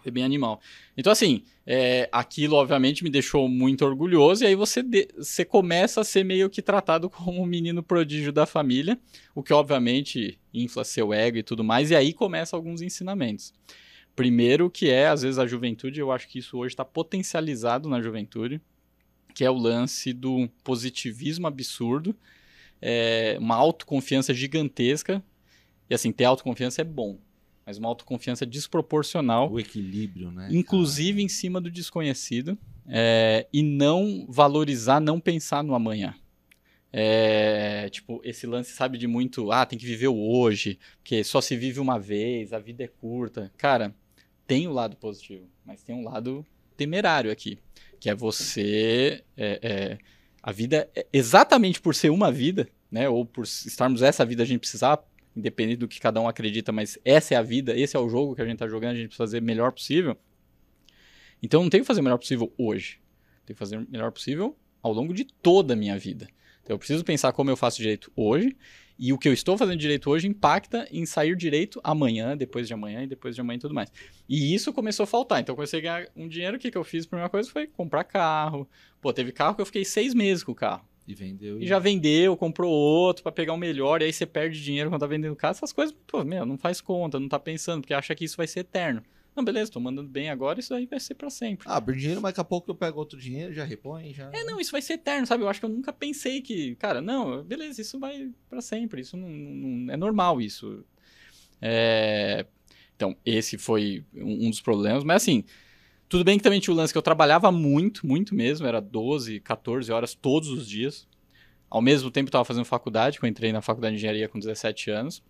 Foi bem animal. Então, assim, aquilo obviamente me deixou muito orgulhoso, e aí você começa a ser meio que tratado como um menino prodígio da família, o que obviamente infla seu ego e tudo mais, e aí começam alguns ensinamentos. Primeiro, que às vezes, a juventude, eu acho que isso hoje está potencializado na juventude, que é o lance do positivismo absurdo, uma autoconfiança gigantesca, e assim, ter autoconfiança é bom, mas uma autoconfiança desproporcional. O equilíbrio, né? Inclusive em cima do desconhecido, e não valorizar, não pensar no amanhã. Tipo, esse lance, sabe, de muito, tem que viver o hoje, porque só se vive uma vez, a vida é curta. Cara, tem o lado positivo, mas tem um lado temerário aqui, que é você... a vida, exatamente por ser uma vida, né, ou por estarmos essa vida, a gente precisar, independente do que cada um acredita, mas essa é a vida, esse é o jogo que a gente está jogando, a gente precisa fazer o melhor possível. Então, não tem que fazer o melhor possível hoje. Tem que fazer o melhor possível ao longo de toda a minha vida. Então, eu preciso pensar como eu faço direito hoje, e o que eu estou fazendo direito hoje impacta em sair direito amanhã, depois de amanhã e depois de amanhã e tudo mais. E isso começou a faltar. Então, eu comecei a ganhar um dinheiro. O que eu fiz? A primeira coisa foi comprar carro. Pô, teve carro que eu fiquei 6 meses com o carro. E vendeu. E já vendeu, comprou outro para pegar o melhor, e aí você perde dinheiro quando tá vendendo carro. Essas coisas, pô, não faz conta, não tá pensando, porque acha que isso vai ser eterno. Não, beleza, tô mandando bem agora, isso aí vai ser para sempre. Perdi dinheiro, mas daqui a pouco eu pego outro dinheiro, já repõe, já... Não, isso vai ser eterno, sabe? Eu acho que eu nunca pensei que, cara, não, beleza, isso vai para sempre, isso não é normal, isso. Então, esse foi um dos problemas, mas assim... Tudo bem que também tinha o lance que eu trabalhava muito, muito mesmo, era 12, 14 horas todos os dias. Ao mesmo tempo eu estava fazendo faculdade, que eu entrei na faculdade de engenharia com 17 anos.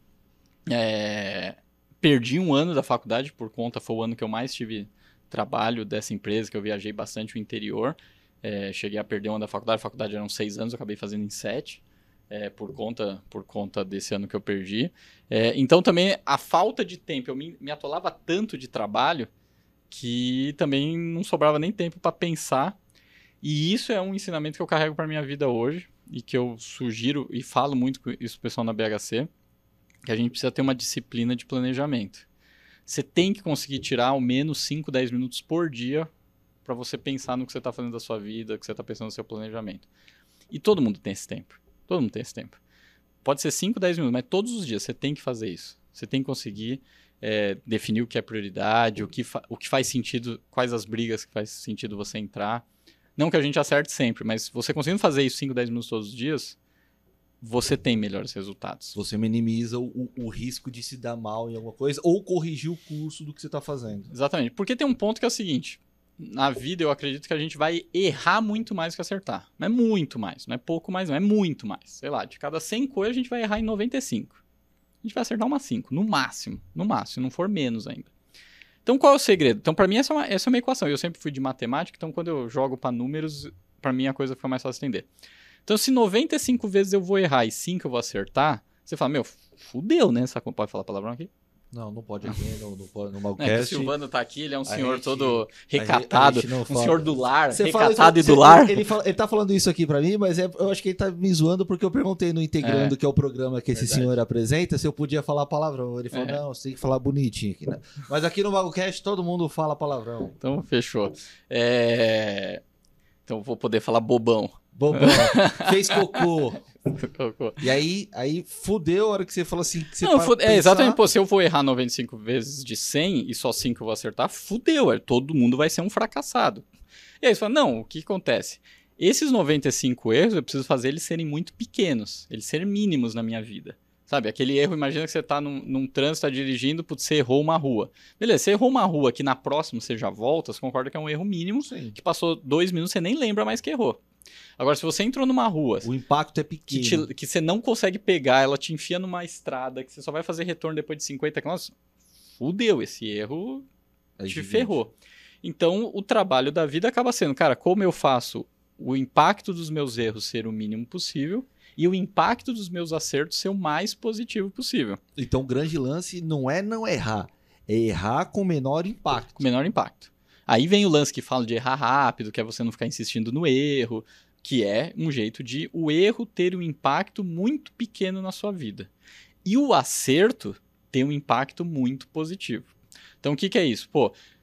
Perdi um ano da faculdade por conta, foi o ano que eu mais tive trabalho dessa empresa, que eu viajei bastante o interior. Cheguei a perder um ano da faculdade, a faculdade eram 6 anos, eu acabei fazendo em 7, por conta desse ano que eu perdi. Então também a falta de tempo, eu me atolava tanto de trabalho, que também não sobrava nem tempo para pensar. E isso é um ensinamento que eu carrego para minha vida hoje, e que eu sugiro e falo muito com isso pro pessoal na BHC, que a gente precisa ter uma disciplina de planejamento. Você tem que conseguir tirar ao menos 5, 10 minutos por dia para você pensar no que você está fazendo da sua vida, que você está pensando no seu planejamento. E todo mundo tem esse tempo. Todo mundo tem esse tempo. Pode ser 5, 10 minutos, mas todos os dias você tem que fazer isso. Você tem que conseguir definir o que é prioridade, o que faz sentido, quais as brigas que faz sentido você entrar. Não que a gente acerte sempre, mas você conseguindo fazer isso 5, 10 minutos todos os dias, você tem melhores resultados. Você minimiza o risco de se dar mal em alguma coisa ou corrigir o curso do que você está fazendo. Exatamente. Porque tem um ponto que é o seguinte, na vida eu acredito que a gente vai errar muito mais que acertar. Não é muito mais, não é pouco mais, não é muito mais. Sei lá, de cada 100 coisas a gente vai errar em 95. A gente vai acertar umas 5, no máximo, se não for menos ainda. Então, qual é o segredo? Então, para mim, essa é uma equação. Eu sempre fui de matemática, então quando eu jogo para números, para mim a coisa fica mais fácil de entender. Então, se 95 vezes eu vou errar e 5 eu vou acertar, você fala, meu, fudeu, né? Pode falar palavrão aqui? Não pode aqui, não pode, no Malcast. O Silvano tá aqui, ele é um senhor todo recatado, um senhor do lar, você recatado e do lar. Ele tá falando isso aqui pra mim, mas eu acho que ele tá me zoando porque eu perguntei no Integrando, que é o programa que esse senhor apresenta, se eu podia falar palavrão. Ele falou, não, você tem que falar bonitinho aqui, né? Mas aqui no Malcast todo mundo fala palavrão. Então, fechou. Então, vou poder falar bobão. Bobão, fez cocô. E aí fudeu a hora que você fala assim... Que você exatamente, pô, se eu vou errar 95 vezes de 100 e só 5 eu vou acertar, fudeu, todo mundo vai ser um fracassado. E aí você fala, não, o que acontece? Esses 95 erros, eu preciso fazer eles serem muito pequenos, eles serem mínimos na minha vida. Sabe, aquele erro, imagina que você tá num trânsito, tá dirigindo, putz, você errou uma rua. Beleza, você errou uma rua que na próxima você já volta, você concorda que é um erro mínimo, sim, que passou 2 minutos, você nem lembra mais que errou. Agora, se você entrou numa rua... O impacto é pequeno. Que você não consegue pegar, ela te enfia numa estrada, que você só vai fazer retorno depois de 50 km, fudeu, esse erro te ferrou. Então, o trabalho da vida acaba sendo, cara, como eu faço o impacto dos meus erros ser o mínimo possível e o impacto dos meus acertos ser o mais positivo possível. Então, o grande lance não é não errar, é errar com menor impacto. Com menor impacto. Aí vem o lance que fala de errar rápido, que é você não ficar insistindo no erro, que é um jeito de o erro ter um impacto muito pequeno na sua vida. E o acerto ter um impacto muito positivo. Então, o que é isso? Pô,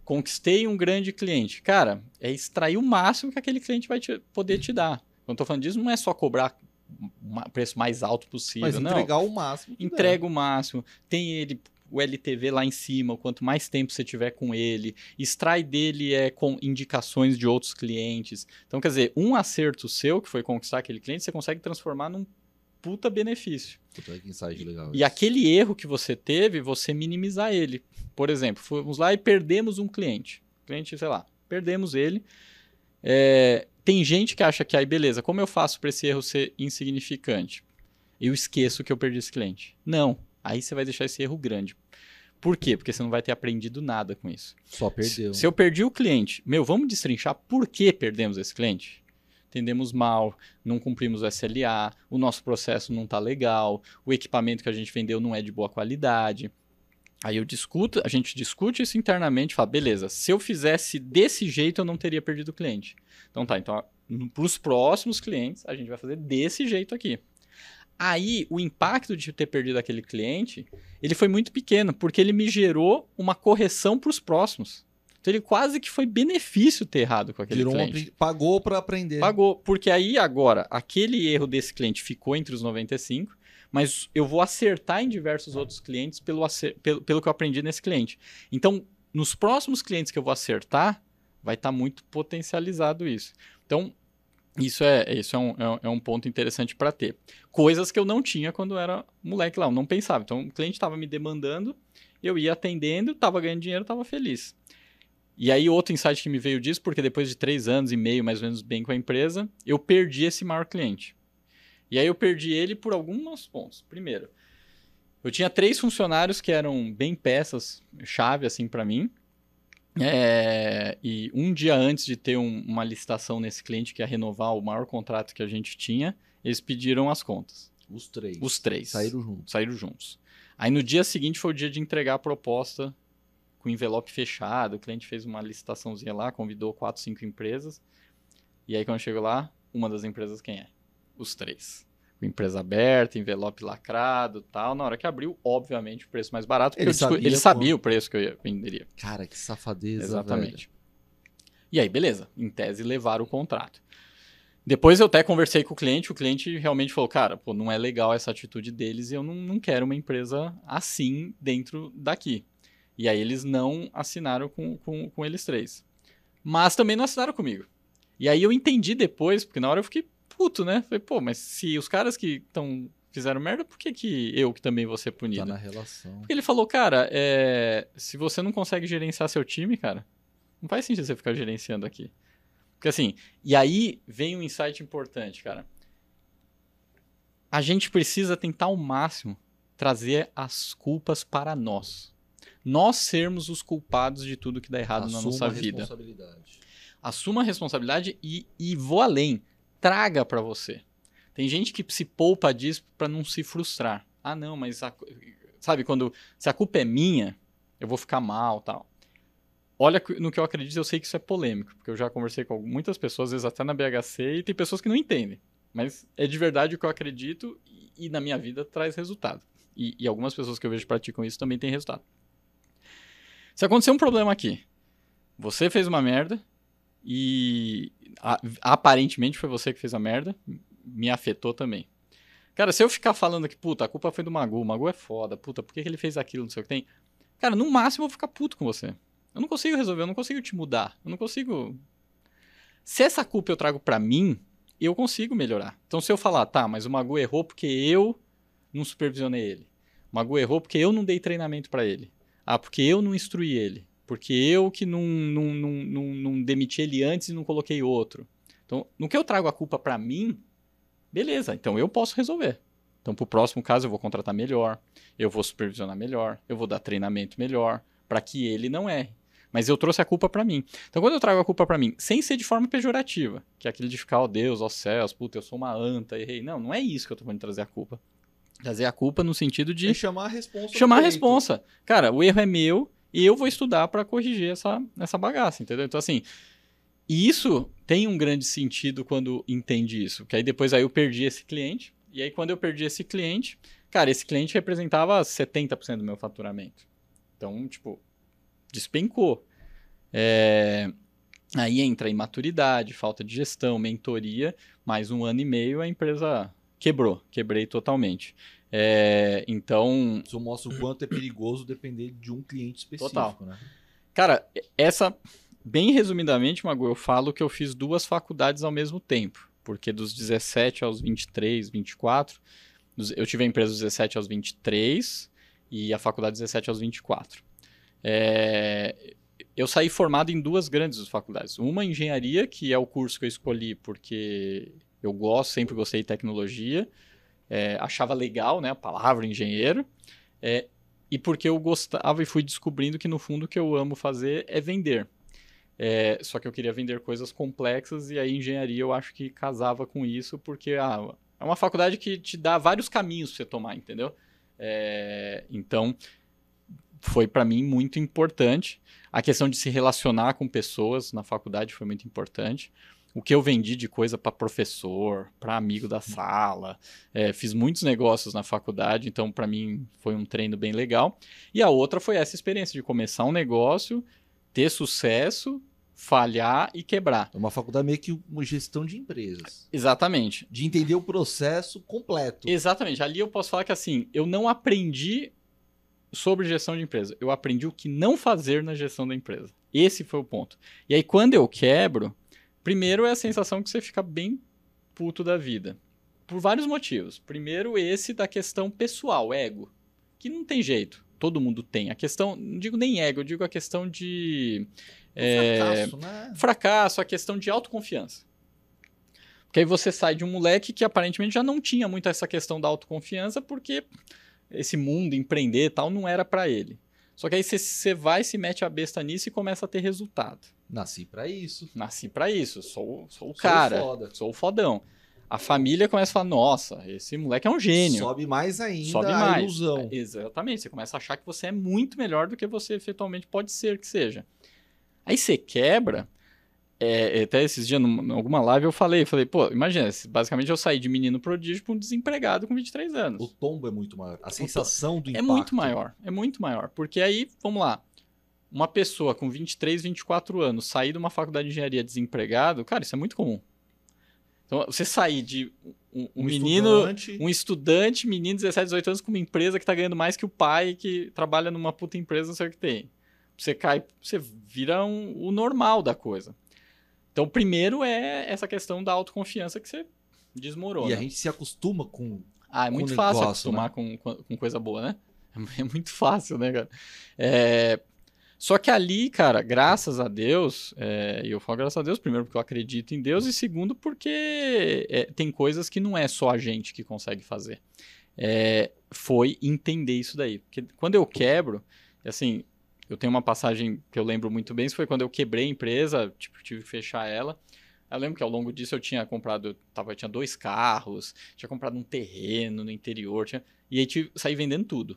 conquistei um grande cliente. Cara, é extrair o máximo que aquele cliente vai poder te dar. Quando eu tô falando disso, não é só cobrar o preço mais alto possível, Mas entregar o máximo. Entrega o máximo. Tem ele, o LTV lá em cima, quanto mais tempo você tiver com ele. Extrai dele com indicações de outros clientes. Então, quer dizer, um acerto seu, que foi conquistar aquele cliente, você consegue transformar num puta benefício. Puta, que insight legal. E aquele erro que você teve, você minimizar ele. Por exemplo, fomos lá e perdemos um cliente. Cliente, sei lá, perdemos ele. Tem gente que acha que aí, beleza, como eu faço para esse erro ser insignificante? Eu esqueço que eu perdi esse cliente. Não, aí você vai deixar esse erro grande. Por quê? Porque você não vai ter aprendido nada com isso. Só perdeu. Se eu perdi o cliente, vamos destrinchar por que perdemos esse cliente? Entendemos mal, não cumprimos o SLA, o nosso processo não está legal, o equipamento que a gente vendeu não é de boa qualidade. Aí a gente discute isso internamente e fala, beleza, se eu fizesse desse jeito eu não teria perdido o cliente. Então para os próximos clientes a gente vai fazer desse jeito aqui. Aí o impacto de ter perdido aquele cliente, ele foi muito pequeno, porque ele me gerou uma correção para os próximos. Então ele quase que foi benefício ter errado com aquele cliente. Pagou para aprender. Pagou, porque aí agora aquele erro desse cliente ficou entre os 95, mas eu vou acertar em diversos outros clientes pelo que eu aprendi nesse cliente. Então, nos próximos clientes que eu vou acertar, vai estar muito potencializado isso. Então, isso é um ponto interessante para ter. Coisas que eu não tinha quando eu era moleque lá, eu não pensava. Então, o cliente estava me demandando, eu ia atendendo, estava ganhando dinheiro, estava feliz. E aí, outro insight que me veio disso, porque depois de 3 anos e meio, mais ou menos, bem com a empresa, eu perdi esse maior cliente. E aí eu perdi ele por alguns pontos. Primeiro, eu tinha 3 funcionários que eram bem peças-chave assim, para mim. E um dia antes de ter uma licitação nesse cliente, que ia renovar o maior contrato que a gente tinha, eles pediram as contas. Os 3? Os 3. Saíram juntos. Aí no dia seguinte foi o dia de entregar a proposta com envelope fechado. O cliente fez uma licitaçãozinha lá, convidou 4, 5 empresas. E aí quando chegou lá, uma das empresas quem é? Os 3. Com empresa aberta, envelope lacrado e tal. Na hora que abriu, obviamente, o preço mais barato. Ele sabia o preço que eu venderia. Cara, que safadeza, exatamente. Velho. E aí, beleza. Em tese, levaram o contrato. Depois eu até conversei com o cliente realmente falou, cara, pô, não é legal essa atitude deles e eu não quero uma empresa assim dentro daqui. E aí eles não assinaram com eles 3. Mas também não assinaram comigo. E aí eu entendi depois, porque na hora eu fiquei puto, né? Falei, pô, mas se os caras que fizeram merda, por que eu que também vou ser punido? Tá na relação. Porque ele falou, cara, se você não consegue gerenciar seu time, cara, não faz sentido você ficar gerenciando aqui. Porque assim, e aí vem um insight importante, cara. A gente precisa tentar ao máximo trazer as culpas para nós. Nós sermos os culpados de tudo que dá errado na nossa vida. Assuma a responsabilidade e vou além. Traga para você. Tem gente que se poupa disso para não se frustrar. Ah, não, mas sabe, se a culpa é minha, eu vou ficar mal, tal. Olha no que eu acredito, eu sei que isso é polêmico, porque eu já conversei com muitas pessoas, às vezes até na BHC, e tem pessoas que não entendem. Mas é de verdade o que eu acredito e na minha vida traz resultado. E algumas pessoas que eu vejo praticam isso também têm resultado. Se acontecer um problema aqui, você fez uma merda e aparentemente foi você que fez a merda, me afetou também. Cara, se eu ficar falando que, puta, a culpa foi do Magu, o Magu é foda, puta, por que ele fez aquilo, não sei o que tem. Cara, no máximo eu vou ficar puto com você. Eu não consigo resolver, eu não consigo te mudar, eu não consigo... Se essa culpa eu trago pra mim, eu consigo melhorar. Então se eu falar, tá, mas o Magu errou porque eu não supervisionei ele. O Magu errou porque eu não dei treinamento pra ele. Ah, porque eu não instruí ele. Porque eu que não demiti ele antes e não coloquei outro. Então, no que eu trago a culpa pra mim, beleza, então eu posso resolver. Então, pro próximo caso, eu vou contratar melhor, eu vou supervisionar melhor, eu vou dar treinamento melhor, para que ele não erre. Mas eu trouxe a culpa pra mim. Então, quando eu trago a culpa pra mim, sem ser de forma pejorativa, que é aquele de ficar, ó Deus, ó céus, puta, eu sou uma anta, errei. Não é isso que eu tô falando de trazer a culpa. Trazer a culpa no sentido de... chamar a responsa. Chamar a responsa. Cara, o erro é meu e eu vou estudar para corrigir essa bagaça, entendeu? Então, assim, isso tem um grande sentido quando entende isso. Que aí depois eu perdi esse cliente. E aí quando eu perdi esse cliente, cara, esse cliente representava 70% do meu faturamento. Então, tipo, despencou. Aí entra imaturidade, falta de gestão, mentoria, mais 1 ano e meio a empresa quebrei totalmente. Então... Isso mostra o quanto é perigoso depender de um cliente específico, Total. né? Cara, bem resumidamente, Magu, eu falo que eu fiz 2 faculdades ao mesmo tempo, porque dos 17 aos 23, 24, eu tive a empresa dos 17 aos 23 e a faculdade dos 17 aos 24. Eu saí formado em 2 grandes faculdades. Uma, engenharia, que é o curso que eu escolhi porque eu sempre gostei de tecnologia, achava legal, né, a palavra engenheiro, e porque eu gostava e fui descobrindo que no fundo o que eu amo fazer é vender. Só que eu queria vender coisas complexas e aí engenharia eu acho que casava com isso, porque é uma faculdade que te dá vários caminhos para você tomar, entendeu? Então, foi para mim muito importante. A questão de se relacionar com pessoas na faculdade foi muito importante. O que eu vendi de coisa para professor, para amigo da sala, fiz muitos negócios na faculdade, então para mim foi um treino bem legal. E a outra foi essa experiência de começar um negócio, ter sucesso, falhar e quebrar. É uma faculdade meio que uma gestão de empresas. Exatamente. De entender o processo completo. Exatamente. Ali eu posso falar que assim, eu não aprendi sobre gestão de empresa. Eu aprendi o que não fazer na gestão da empresa. Esse foi o ponto. E aí quando eu quebro, primeiro é a sensação que você fica bem puto da vida. Por vários motivos. Primeiro esse da questão pessoal, ego. Que não tem jeito. Todo mundo tem. A questão, não digo nem ego, eu digo a questão de... fracasso, né? Fracasso, a questão de autoconfiança. Porque aí você sai de um moleque que aparentemente já não tinha muito essa questão da autoconfiança, porque esse mundo, empreender e tal, não era pra ele. Só que aí você vai, se mete a besta nisso e começa a ter resultado. Nasci pra isso. Nasci pra isso, sou o cara, sou o fodão. A família começa a falar, nossa, esse moleque é um gênio. Sobe mais ainda Sobe a mais. ilusão. Exatamente, você começa a achar que você é muito melhor do que você efetualmente pode ser que seja. Aí você quebra, até esses dias, em alguma live eu falei, pô, imagina, basicamente eu saí de menino prodígio para um desempregado com 23 anos. O tombo é muito maior, a sensação do impacto. É muito maior, porque aí, vamos lá, uma pessoa com 23, 24 anos, sair de uma faculdade de engenharia desempregado, cara, isso é muito comum. Então, você sair de um estudante, menino de 17, 18 anos com uma empresa que está ganhando mais que o pai, que trabalha numa puta empresa, não sei o que tem. Você vira o normal da coisa. Então, primeiro é essa questão da autoconfiança que você desmorona. E a gente se acostuma com é muito com fácil negócio, acostumar com coisa boa, né? É muito fácil, né, cara? Só que ali, cara, graças a Deus, e eu falo graças a Deus, primeiro porque eu acredito em Deus, e segundo porque tem coisas que não é só a gente que consegue fazer. Foi entender isso daí. Porque quando eu quebro, assim, eu tenho uma passagem que eu lembro muito bem, isso foi quando eu quebrei a empresa, tipo, tive que fechar ela. Eu lembro que ao longo disso eu tinha comprado, eu tinha 2 carros, tinha comprado um terreno no interior, e aí saí vendendo tudo.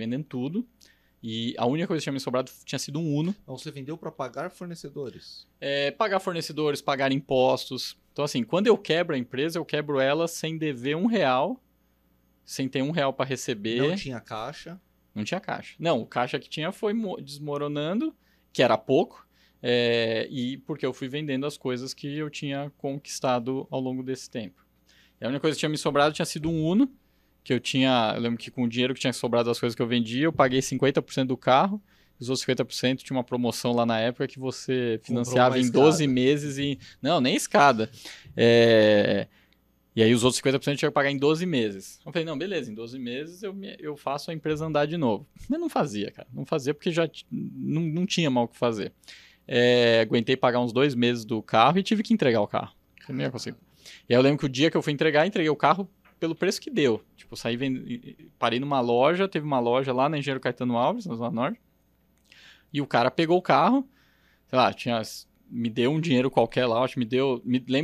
E a única coisa que tinha me sobrado tinha sido um Uno. Então você vendeu para pagar fornecedores? Pagar fornecedores, pagar impostos. Então assim, quando eu quebro a empresa, eu quebro ela sem dever R$1, sem ter R$1 para receber. Não tinha caixa? Não tinha caixa. Não, o caixa que tinha foi desmoronando, que era pouco, e porque eu fui vendendo as coisas que eu tinha conquistado ao longo desse tempo. E a única coisa que tinha me sobrado tinha sido um Uno, que eu lembro que com o dinheiro que tinha sobrado das coisas que eu vendia, eu paguei 50% do carro, os outros 50% tinha uma promoção lá na época que você financiava em 12 meses e... Não, nem escada. E aí os outros 50% eu tinha que pagar em 12 meses. Eu falei, não, beleza, em 12 meses eu faço a empresa andar de novo. Mas não fazia, cara. Não fazia porque já não tinha mal o que fazer. Aguentei pagar uns 2 meses do carro e tive que entregar o carro. Eu não ia conseguir. E aí eu lembro que o dia que eu fui entreguei o carro pelo preço que deu. Tipo, parei numa loja, teve uma loja lá na Engenheiro Caetano Alves, na Zona Norte, e o cara pegou o carro, sei lá, me deu um dinheiro qualquer lá, me deu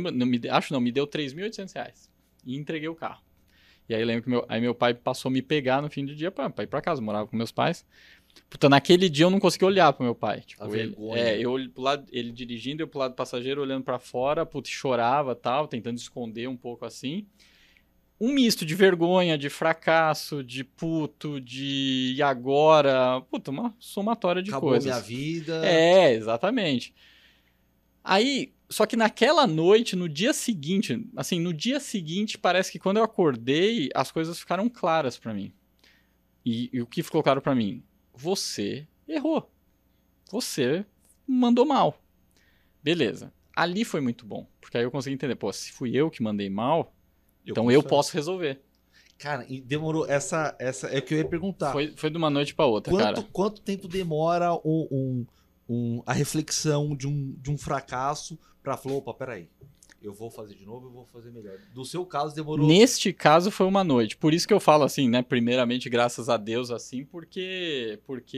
R$3.800 e entreguei o carro. E aí eu lembro que meu pai passou a me pegar no fim do dia pra ir pra casa, eu morava com meus pais. Puta, naquele dia eu não consegui olhar pro meu pai. Tipo, eu pro lado, ele dirigindo, eu pro lado do passageiro olhando pra fora, puta, chorava tal, tentando esconder um pouco assim. um misto de vergonha, de fracasso, de puto, de e agora, puta, uma somatória de Acabou coisas. minha vida. Exatamente. Aí, só que naquela noite, no dia seguinte, assim, no dia seguinte, parece que quando eu acordei, as coisas ficaram claras pra mim. E o que ficou claro pra mim? Você errou. Você mandou mal. Beleza. Ali foi muito bom, porque aí eu consegui entender, pô, se fui eu que mandei mal, então eu posso resolver. Cara, e demorou. Essa é o que eu ia perguntar. Foi de uma noite pra outra, cara. Quanto tempo demora a reflexão de um fracasso pra falar, opa, peraí, eu vou fazer de novo, eu vou fazer melhor. Do seu caso, demorou... Neste caso, foi uma noite. Por isso que eu falo assim, né? Primeiramente, graças a Deus, assim, porque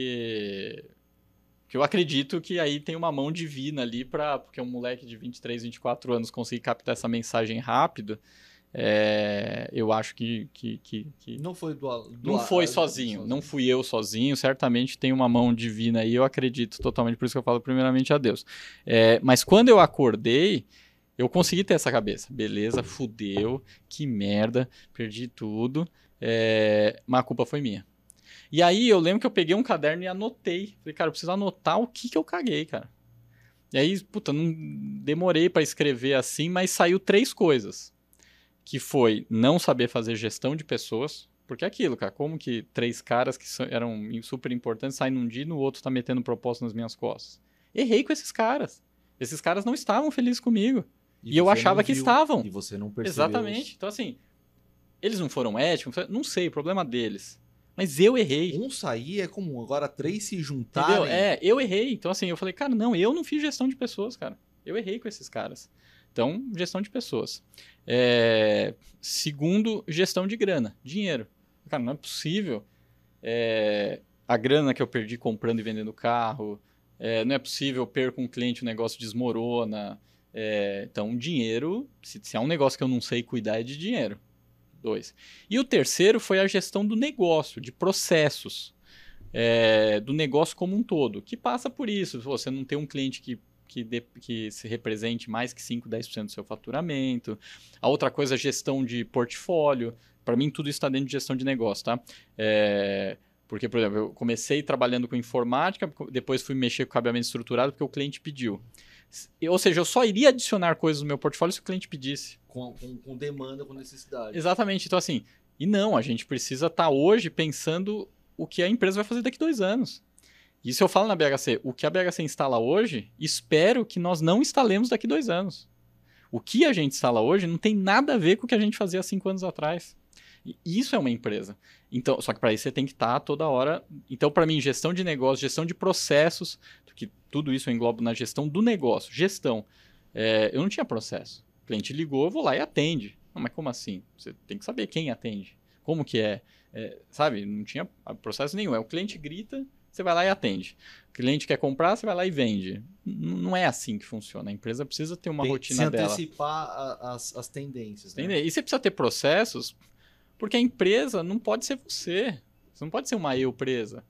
eu acredito que aí tem uma mão divina ali porque um moleque de 23, 24 anos conseguir captar essa mensagem rápido, eu acho que Não foi não foi sozinho, não fui eu sozinho, certamente tem uma mão divina aí, eu acredito totalmente, por isso que eu falo primeiramente a Deus. Mas quando eu acordei, eu consegui ter essa cabeça, beleza, fudeu, que merda, perdi tudo, mas a culpa foi minha. E aí eu lembro que eu peguei um caderno e anotei. Falei, cara, eu preciso anotar o que eu caguei, cara. E aí, puta, não demorei pra escrever assim, mas saiu 3 coisas. Que foi não saber fazer gestão de pessoas. Porque é aquilo, cara, como que 3 caras que eram super importantes saem num dia e no outro tá metendo proposta nas minhas costas. Errei com esses caras. Esses caras não estavam felizes comigo. E eu achava que estavam. E você não percebeu. Exatamente. Então, assim, eles não foram éticos, não sei, problema deles. Mas eu errei. Um sair é comum, agora 3 se juntarem... Entendeu? Eu errei. Então, assim, eu falei, cara, não, eu não fiz gestão de pessoas, cara. Eu errei com esses caras. Então, gestão de pessoas. Segundo, gestão de grana, dinheiro. Cara, não é possível a grana que eu perdi comprando e vendendo carro, não é possível, eu perco um cliente, o negócio desmorona. Então, dinheiro, se é um negócio que eu não sei cuidar, é de dinheiro. 2. E o terceiro foi a gestão do negócio, de processos, do negócio como um todo, que passa por isso. Você não tem um cliente que se represente mais que 5, 10% do seu faturamento. A outra coisa é gestão de portfólio. Para mim, tudo isso está dentro de gestão de negócio, tá? Porque, por exemplo, eu comecei trabalhando com informática, depois fui mexer com cabeamento estruturado porque o cliente pediu. Ou seja, eu só iria adicionar coisas no meu portfólio se o cliente pedisse. Com demanda, com necessidade. Exatamente. Então, assim, a gente precisa estar hoje pensando o que a empresa vai fazer daqui 2 anos. Isso eu falo na BHC. O que a BHC instala hoje, espero que nós não instalemos daqui 2 anos. O que a gente instala hoje não tem nada a ver com o que a gente fazia há 5 anos atrás. E isso é uma empresa. Então, só que para isso você tem que estar toda hora... Então, para mim, gestão de negócio, gestão de processos, que tudo isso eu englobo na gestão do negócio. Gestão. Eu não tinha processo. O cliente ligou, eu vou lá e atende. Não, mas como assim? Você tem que saber quem atende. Como que é? Sabe? Não tinha processo nenhum. O cliente grita, você vai lá e atende. O cliente quer comprar, você vai lá e vende. Não é assim que funciona. A empresa precisa ter uma rotina dela. Se antecipar as tendências. Né? E você precisa ter processos, porque a empresa não pode ser você. Você não pode ser uma eu presa.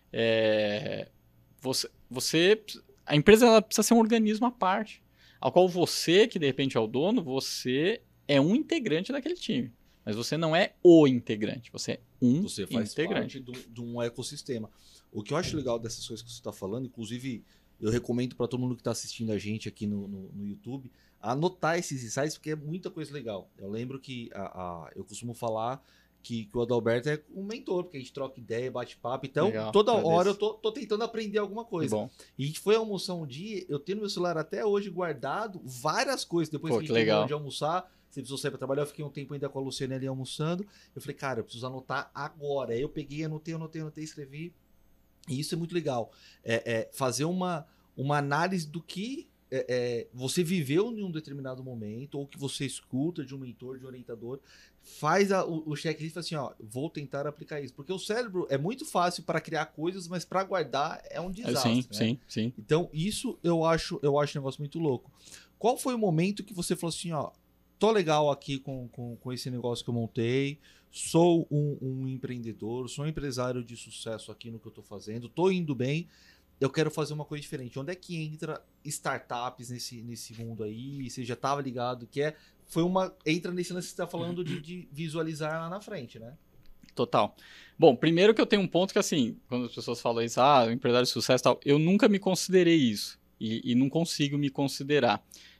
A empresa ela precisa ser um organismo à parte, ao qual você, que de repente é o dono, você é um integrante daquele time. Mas você não é o integrante, você é você faz integrante. Parte de um ecossistema. O que eu acho legal dessas coisas que você está falando, inclusive eu recomendo para todo mundo que está assistindo a gente aqui no YouTube, anotar esses insights, porque é muita coisa legal. Eu lembro que eu costumo falar que o Adalberto é um mentor, porque a gente troca ideia, bate papo. Então, legal, toda hora eu tô tentando aprender alguma coisa. Bom. E a gente foi almoçar um dia, eu tenho no meu celular até hoje guardado várias coisas. Depois que a gente terminou de almoçar, você precisou sair para trabalhar, eu fiquei um tempo ainda com a Luciane ali almoçando. Eu falei, cara, eu preciso anotar agora. Aí eu peguei, anotei, escrevi. E isso é muito legal. Fazer uma análise do que você viveu em um determinado momento, ou que você escuta de um mentor, de um orientador, faz o checklist e fala assim, ó, vou tentar aplicar isso. Porque o cérebro é muito fácil para criar coisas, mas para guardar é um desastre. Sim. Então, isso eu acho um negócio muito louco. Qual foi o momento que você falou assim, ó, tô legal aqui com esse negócio que eu montei, sou um empreendedor, sou um empresário de sucesso aqui no que eu tô fazendo, tô indo bem, eu quero fazer uma coisa diferente. Onde é que entra startups nesse mundo aí? Você já estava ligado que entra nesse lance que você está falando de visualizar lá na frente, né? Total. Bom, primeiro que eu tenho um ponto que, assim, quando as pessoas falam isso, empresário de sucesso e tal, eu nunca me considerei isso. E não consigo me considerar.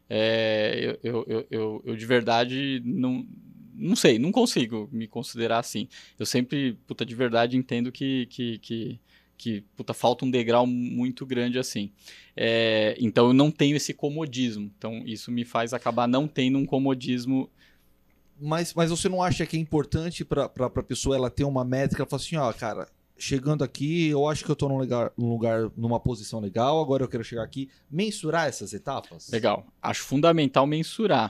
Eu de verdade não sei, não consigo me considerar assim. Eu sempre, de verdade entendo que falta um degrau muito grande assim. Então eu não tenho esse comodismo. Então isso me faz acabar não tendo um comodismo. Mas você não acha que é importante para a pessoa ela ter uma métrica, falar assim, ó, cara, chegando aqui, eu acho que eu estou num lugar, numa posição legal, agora eu quero chegar aqui, mensurar essas etapas? Legal. Acho fundamental mensurar.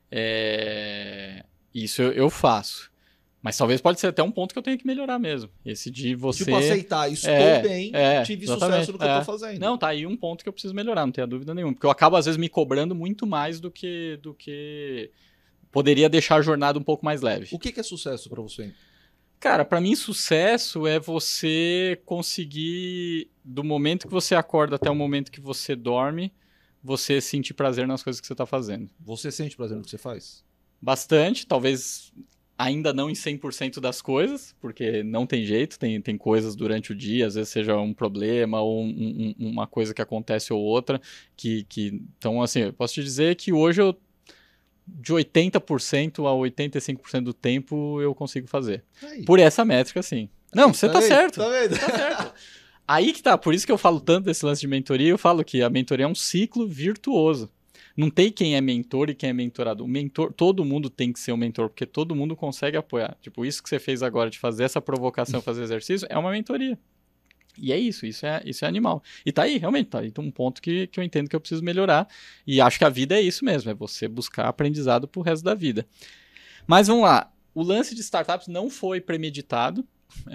Isso eu faço. Mas talvez pode ser até um ponto que eu tenho que melhorar mesmo. Esse de você... Tipo, aceitar, estou bem, tive sucesso no que eu estou fazendo. Não, tá aí um ponto que eu preciso melhorar, não tenho dúvida nenhuma. Porque eu acabo, às vezes, me cobrando muito mais do que poderia deixar a jornada um pouco mais leve. O que é sucesso para você? Cara, para mim, sucesso é você conseguir, do momento que você acorda até o momento que você dorme, você sentir prazer nas coisas que você está fazendo. Você sente prazer no que você faz? Bastante, talvez ainda não em 100% das coisas, porque não tem jeito, tem coisas durante o dia, às vezes seja um problema ou uma coisa que acontece ou outra, então, assim, eu posso te dizer que hoje de 80% a 85% do tempo eu consigo fazer. Aí. Por essa métrica, sim. Não, você tá certo. Tá vendo? Tá certo. Aí que tá, por isso que eu falo tanto desse lance de mentoria, eu falo que a mentoria é um ciclo virtuoso. Não tem quem é mentor e quem é mentorado. O mentor, todo mundo tem que ser um mentor, porque todo mundo consegue apoiar. Tipo, isso que você fez agora de fazer essa provocação, fazer exercício, é uma mentoria. E é isso é animal. E tá aí, realmente, tá aí um ponto que eu entendo que eu preciso melhorar. E acho que a vida é isso mesmo, é você buscar aprendizado pro resto da vida. Mas vamos lá, o lance de startups não foi premeditado.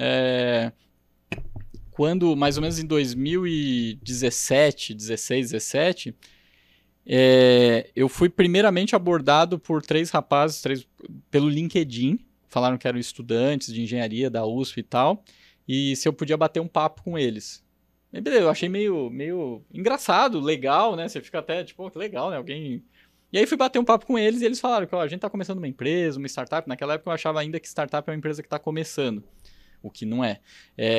Quando, mais ou menos em 2017, 16, 17, eu fui primeiramente abordado por 3 rapazes, pelo LinkedIn, falaram que eram estudantes de engenharia da USP e tal, e se eu podia bater um papo com eles. E beleza, eu achei meio engraçado, legal, né? Você fica até, tipo, que legal, né? Alguém... E aí fui bater um papo com eles e eles falaram que a gente tá começando uma empresa, uma startup. Naquela época eu achava ainda que startup é uma empresa que está começando, o que não é.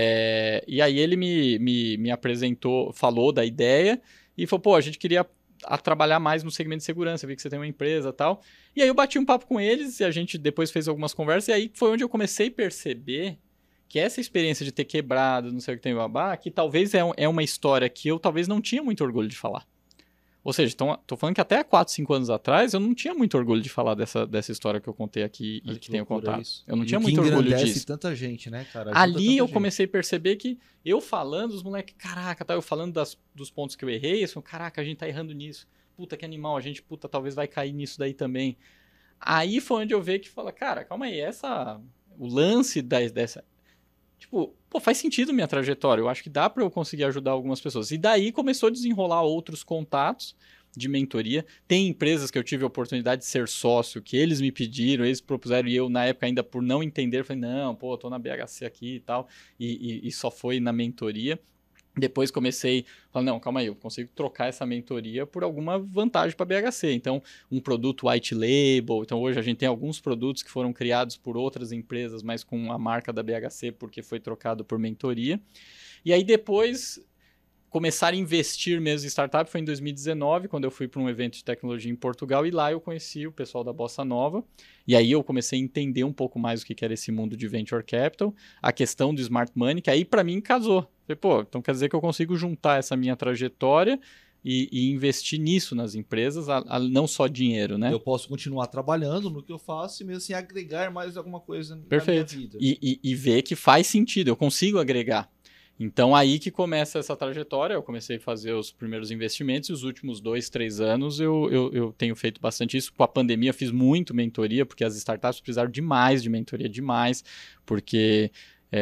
E aí ele me apresentou, falou da ideia e falou, a gente queria trabalhar mais no segmento de segurança, vi que você tem uma empresa e tal. E aí eu bati um papo com eles e a gente depois fez algumas conversas e aí foi onde eu comecei a perceber que essa experiência de ter quebrado, não sei o que tem babá, que talvez é uma história que eu talvez não tinha muito orgulho de falar. Ou seja, tô falando que até há 4, 5 anos atrás eu não tinha muito orgulho de falar dessa história que eu contei aqui e que tenho contado. Isso. Eu não tinha muito orgulho disso. Tanta gente, né, cara? Ali eu comecei a perceber que eu falando, os moleques, caraca, eu falando dos pontos que eu errei, eles falam, caraca, a gente tá errando nisso. Puta, que animal, a gente, talvez vai cair nisso daí também. Aí foi onde eu vi que fala, cara, calma aí, o lance dessa... Tipo, faz sentido minha trajetória, eu acho que dá para eu conseguir ajudar algumas pessoas. E daí começou a desenrolar outros contatos de mentoria. Tem empresas que eu tive a oportunidade de ser sócio, que eles me pediram, eles propuseram, e eu na época ainda por não entender, falei, não, tô na BHC aqui e tal, e só foi na mentoria. Depois comecei a falar, não, calma aí, eu consigo trocar essa mentoria por alguma vantagem para a BHC. Então, um produto white label. Então, hoje a gente tem alguns produtos que foram criados por outras empresas, mas com a marca da BHC, porque foi trocado por mentoria. E aí, depois, começar a investir mesmo em startup foi em 2019, quando eu fui para um evento de tecnologia em Portugal, e lá eu conheci o pessoal da Bossa Nova. E aí eu comecei a entender um pouco mais o que era esse mundo de Venture Capital, a questão do Smart Money, que aí para mim casou. Falei, então quer dizer que eu consigo juntar essa minha trajetória e investir nisso nas empresas, não só dinheiro, né? Eu posso continuar trabalhando no que eu faço e mesmo assim agregar mais alguma coisa Perfeito. Na minha vida. E ver que faz sentido, eu consigo agregar. Então, aí que começa essa trajetória, eu comecei a fazer os primeiros investimentos e os últimos 2, 3 anos eu tenho feito bastante isso. Com a pandemia, fiz muito mentoria, porque as startups precisaram demais de mentoria, demais, porque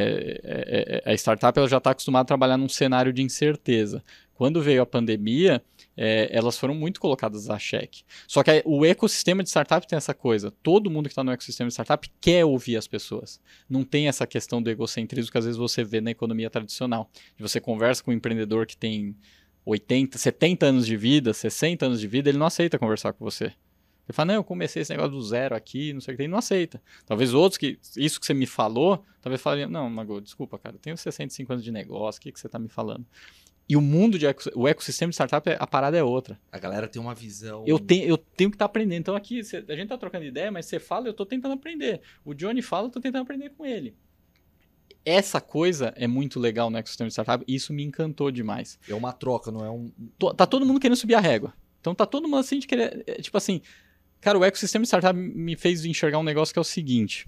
a startup ela já está acostumada a trabalhar num cenário de incerteza. Quando veio a pandemia, elas foram muito colocadas a xeque. Só que o ecossistema de startup tem essa coisa. Todo mundo que está no ecossistema de startup quer ouvir as pessoas. Não tem essa questão do egocentrismo que às vezes você vê na economia tradicional. Você conversa com um empreendedor que tem 80, 70 anos de vida, 60 anos de vida, ele não aceita conversar com você. Ele fala, não, eu comecei esse negócio do zero aqui, não sei o que tem, e não aceita. Talvez outros isso que você me falou, talvez falem, não, Mago, desculpa, cara, eu tenho 65 anos de negócio, o que você tá me falando? E o mundo o ecossistema de startup, a parada é outra. A galera tem uma visão... Eu tenho que estar aprendendo. Então aqui, a gente tá trocando ideia, mas você fala, eu tô tentando aprender. O Johnny fala, eu tô tentando aprender com ele. Essa coisa é muito legal no ecossistema de startup e isso me encantou demais. É uma troca, não é um... Tá todo mundo querendo subir a régua. Então tá todo mundo assim de querer... Tipo assim, cara, o ecossistema de startup me fez enxergar um negócio que é o seguinte.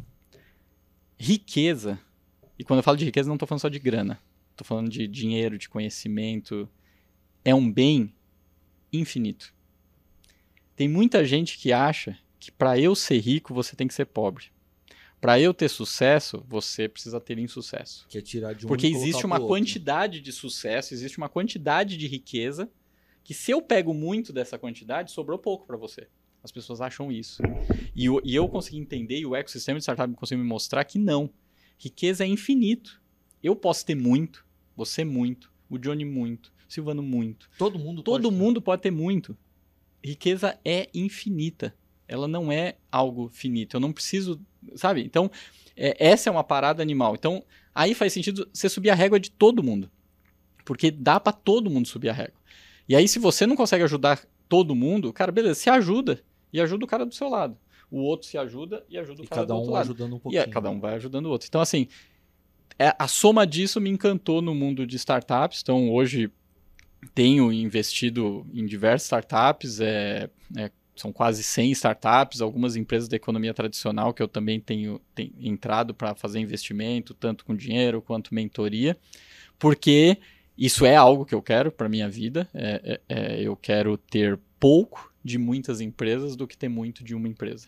Riqueza, e quando eu falo de riqueza não tô falando só de grana. Tô falando de dinheiro, de conhecimento. É um bem infinito. Tem muita gente que acha que para eu ser rico, você tem que ser pobre. Para eu ter sucesso, você precisa ter insucesso. Que é tirar de um Porque e colocar existe pro uma outro. quantidade de sucesso, existe uma quantidade de riqueza, que se eu pego muito dessa quantidade, sobrou pouco para você. As pessoas acham isso. E eu consegui entender, e o ecossistema de startup conseguiu me mostrar que não. Riqueza é infinito. Eu posso ter muito, você muito, o Johnny muito, o Silvano muito. Todo mundo Pode ter muito. Riqueza é infinita. Ela não é algo finito. Eu não preciso, sabe? Então, essa é uma parada animal. Então, aí faz sentido você subir a régua de todo mundo. Porque dá pra todo mundo subir a régua. E aí, se você não consegue ajudar todo mundo, cara, beleza, se ajuda. E ajuda o cara do seu lado. O outro se ajuda e ajuda o cara do outro lado. E cada um ajudando um pouquinho. E cada um vai ajudando o outro. Então, assim, a soma disso me encantou no mundo de startups. Então, hoje, tenho investido em diversas startups. São quase 100 startups, algumas empresas da economia tradicional que eu também tenho entrado para fazer investimento, tanto com dinheiro quanto mentoria, porque isso é algo que eu quero para minha vida. Eu quero ter pouco de muitas empresas do que ter muito de uma empresa.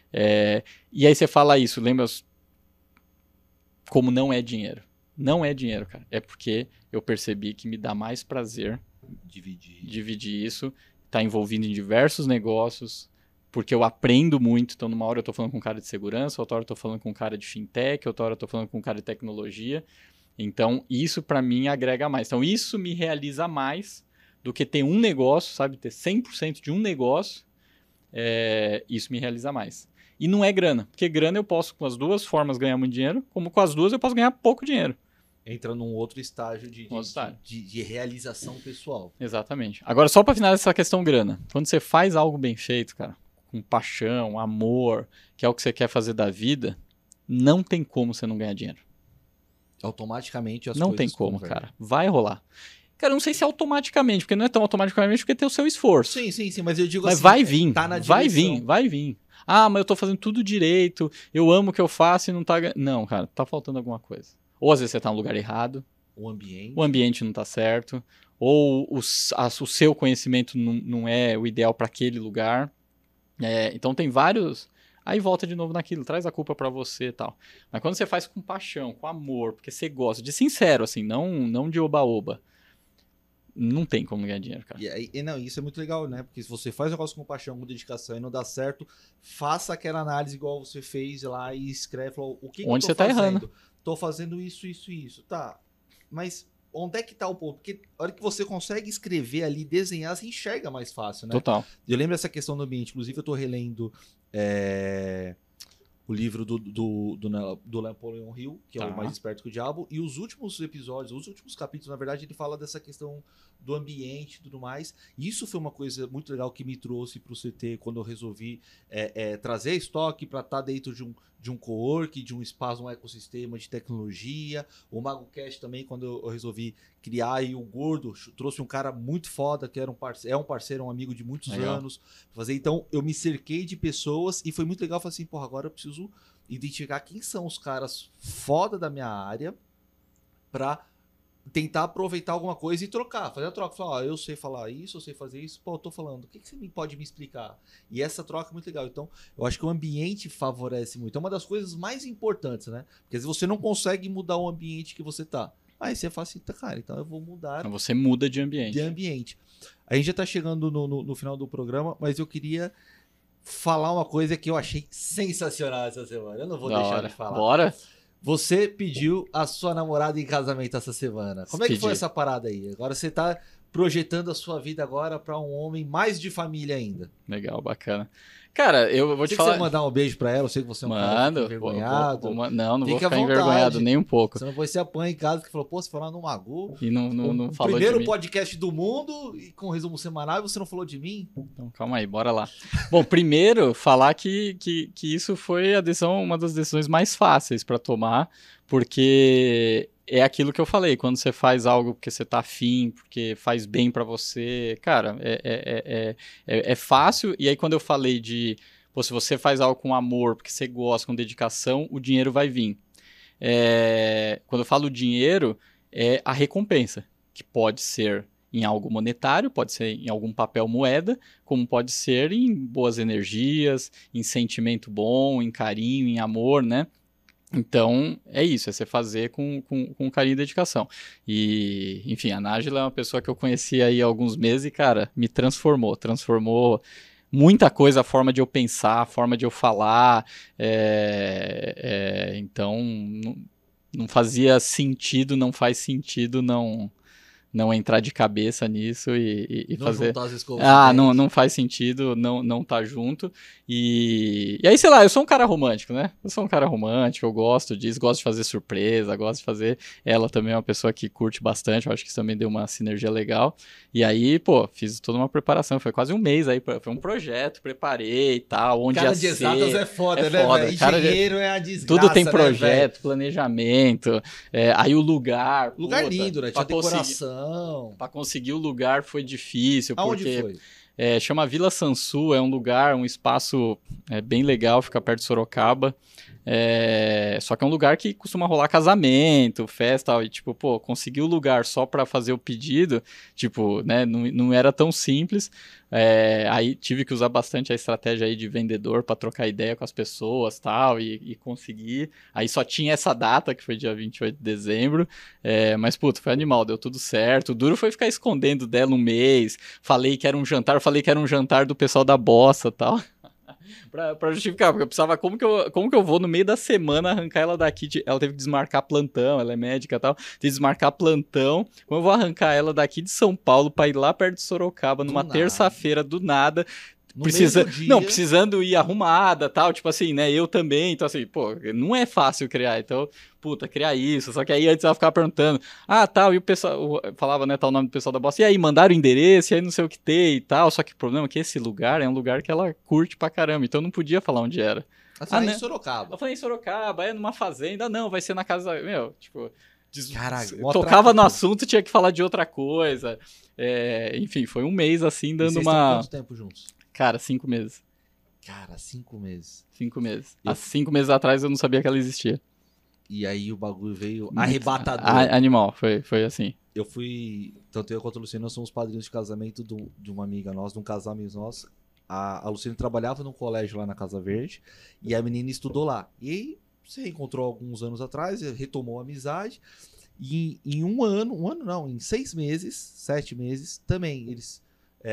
E aí você fala isso, lembra como não é dinheiro. Não é dinheiro, cara. É porque eu percebi que me dá mais prazer dividir isso, tá envolvido em diversos negócios, porque eu aprendo muito. Então, numa hora eu tô falando com um cara de segurança, outra hora eu tô falando com um cara de fintech, outra hora eu tô falando com um cara de tecnologia. Então, isso para mim agrega mais. Então, isso me realiza mais do que ter um negócio, sabe? Ter 100% de um negócio, isso me realiza mais. E não é grana, porque grana eu posso, com as duas formas, ganhar muito dinheiro, como com as duas eu posso ganhar pouco dinheiro. Entra num outro estágio de realização pessoal. Exatamente. Agora, só para finalizar essa questão grana. Quando você faz algo bem feito, cara, com paixão, amor, que é o que você quer fazer da vida, não tem como você não ganhar dinheiro. Automaticamente as não coisas... Não tem como, cara. Vai rolar. Cara, eu não sei se é automaticamente, porque não é tão automaticamente porque tem o seu esforço. Sim, mas eu digo mas assim... Mas vai vir, tá na direção. vai vir. Ah, mas eu tô fazendo tudo direito, eu amo o que eu faço e não tá... Não, cara, tá faltando alguma coisa. Ou às vezes você tá no lugar errado. O ambiente não tá certo. Ou o seu conhecimento não é o ideal para aquele lugar. Então tem vários... Aí volta de novo naquilo, traz a culpa pra você e tal. Mas quando você faz com paixão, com amor, porque você gosta, de sincero, assim, não de oba-oba, não tem como ganhar dinheiro, cara. Isso é muito legal, né? Porque se você faz um negócio com paixão, com dedicação e não dá certo, faça aquela análise igual você fez lá e escreve, fala, o que onde eu tô você tá fazendo? errando? Tô fazendo isso. Tá, mas onde é que tá o ponto? Porque a hora que você consegue escrever ali, desenhar, você enxerga mais fácil, né? Total. Eu lembro dessa questão do ambiente. Inclusive, eu tô relendo o livro do Napoleon Hill, que é o Mais Esperto que o Diabo, e os últimos episódios, os últimos capítulos, na verdade, ele fala dessa questão do ambiente e tudo mais. E isso foi uma coisa muito legal que me trouxe para o CT quando eu resolvi trazer estoque para estar dentro de um co-work, de um espaço, um ecossistema de tecnologia. O MagoCast também, quando eu resolvi criar aí o Gordo, trouxe um cara muito foda, que era um parceiro, um amigo de muitos anos. Fazer. Então, eu me cerquei de pessoas e foi muito legal. Falei assim, porra, agora eu preciso identificar quem são os caras foda da minha área para tentar aproveitar alguma coisa e trocar, fazer a troca, falar, eu sei falar isso, eu sei fazer isso, pô, eu tô falando, o que você pode me explicar? E essa troca é muito legal. Então, eu acho que o ambiente favorece muito. É uma das coisas mais importantes, né? Porque às vezes você não consegue mudar o ambiente que você tá. Aí você facilita, cara, então eu vou mudar. Então você muda de ambiente. A gente já tá chegando no final do programa, mas eu queria falar uma coisa que eu achei sensacional essa semana. Eu não vou deixar de falar. Bora! Você pediu a sua namorada em casamento essa semana. Como é que foi essa parada aí? Agora você tá projetando a sua vida agora para um homem mais de família ainda? Legal, bacana. Cara, eu vou te falar... Você mandar um beijo para ela, eu sei que você é um cara envergonhado. Não vou ficar envergonhado nem um pouco. Você não foi se apanhar em casa que falou, pô, você falou no Magu. E não falou primeiro de mim. podcast do mundo e com resumo semanal e você não falou de mim? Então, calma aí, bora lá. Bom, primeiro, falar que isso foi uma das decisões mais fáceis para tomar, porque é aquilo que eu falei, quando você faz algo porque você tá afim, porque faz bem para você, cara, é fácil. E aí quando eu falei de, pô, se você faz algo com amor, porque você gosta, com dedicação, o dinheiro vai vir. Quando eu falo dinheiro, é a recompensa, que pode ser em algo monetário, pode ser em algum papel moeda, como pode ser em boas energias, em sentimento bom, em carinho, em amor, né? Então, é isso, é você fazer com carinho e dedicação. E, enfim, a Nájila é uma pessoa que eu conheci aí há alguns meses e, cara, me transformou muita coisa, a forma de eu pensar, a forma de eu falar. Então, não fazia sentido, não faz sentido não entrar de cabeça nisso e não fazer... juntar as escovas não faz sentido não tá junto. E aí, sei lá, eu sou um cara romântico, né? Eu sou um cara romântico, eu gosto disso, gosto de fazer surpresa, gosto de fazer... Ela também é uma pessoa que curte bastante, eu acho que isso também deu uma sinergia legal. E aí, pô, fiz toda uma preparação, foi quase um mês aí, foi um projeto, preparei e tal, onde cara ia de ser... exatas é foda, né? Foda. Engenheiro é a desgraça, tudo tem né, projeto, planejamento, aí o lugar... Lugar puta, lindo, né? Tinha decoração. Para conseguir o lugar foi difícil. Aonde porque foi? chama Vila Sansu, é um lugar, um espaço bem legal, fica perto de Sorocaba. Só que é um lugar que costuma rolar casamento, festa, e tipo, pô, conseguir o lugar só para fazer o pedido, tipo, né, não era tão simples. Aí tive que usar bastante a estratégia aí de vendedor para trocar ideia com as pessoas tal, e conseguir. Aí só tinha essa data, que foi dia 28 de dezembro, mas puta, foi animal, deu tudo certo. O duro foi ficar escondendo dela um mês, falei que era um jantar do pessoal da Bossa tal. Pra justificar, porque eu precisava, como que eu vou no meio da semana arrancar ela daqui, ela teve que desmarcar plantão, ela é médica e tal, teve que desmarcar plantão, como eu vou arrancar ela daqui de São Paulo pra ir lá perto de Sorocaba, numa terça-feira do nada, precisando ir arrumada, tal, tipo assim, né, eu também, então assim, pô, não é fácil criar, então, puta, criar isso, só que aí antes ela ficava perguntando, tal, e o pessoal, falava, né, tal, o nome do pessoal da Bossa, e aí, mandaram o endereço, e aí não sei o que tem e tal, só que o problema é que esse lugar é um lugar que ela curte pra caramba, então eu não podia falar onde era. Em Sorocaba. Eu falei em Sorocaba, numa fazenda, não, vai ser na casa, meu, tipo... Caraca, tocava no assunto, tinha que falar de outra coisa, enfim, foi um mês assim, dando vocês estão quanto tempo juntos? Cara, 5 meses. Cara, 5 meses. 5 meses. Há 5 meses atrás eu não sabia que ela existia. E aí o bagulho veio arrebatador. Animal, foi assim. Eu fui... Tanto eu quanto a Luciana, nós somos padrinhos de casamento de uma amiga nossa, de um casal amigo nosso. A Luciana trabalhava num colégio lá na Casa Verde e a menina estudou lá. E aí se reencontrou alguns anos atrás, retomou a amizade. E em em 6 meses, 7 meses, também eles...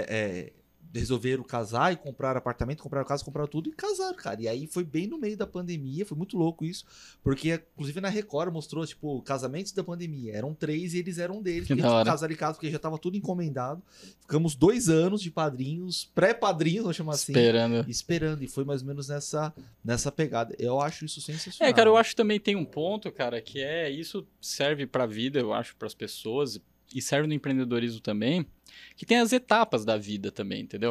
resolveram casar e comprar apartamento, compraram casa, compraram tudo e casaram, cara. E aí foi bem no meio da pandemia, foi muito louco isso, porque inclusive na Record mostrou, tipo, casamentos da pandemia. Eram 3 e eles eram um deles, porque tipo, casaram em casa, porque já tava tudo encomendado. Ficamos 2 anos de padrinhos, pré-padrinhos, vamos chamar assim. Esperando. E foi mais ou menos nessa pegada. Eu acho isso sensacional. Cara, eu acho que também tem um ponto, cara, que isso serve pra vida, eu acho, pras pessoas, e serve no empreendedorismo também, que tem as etapas da vida também, entendeu?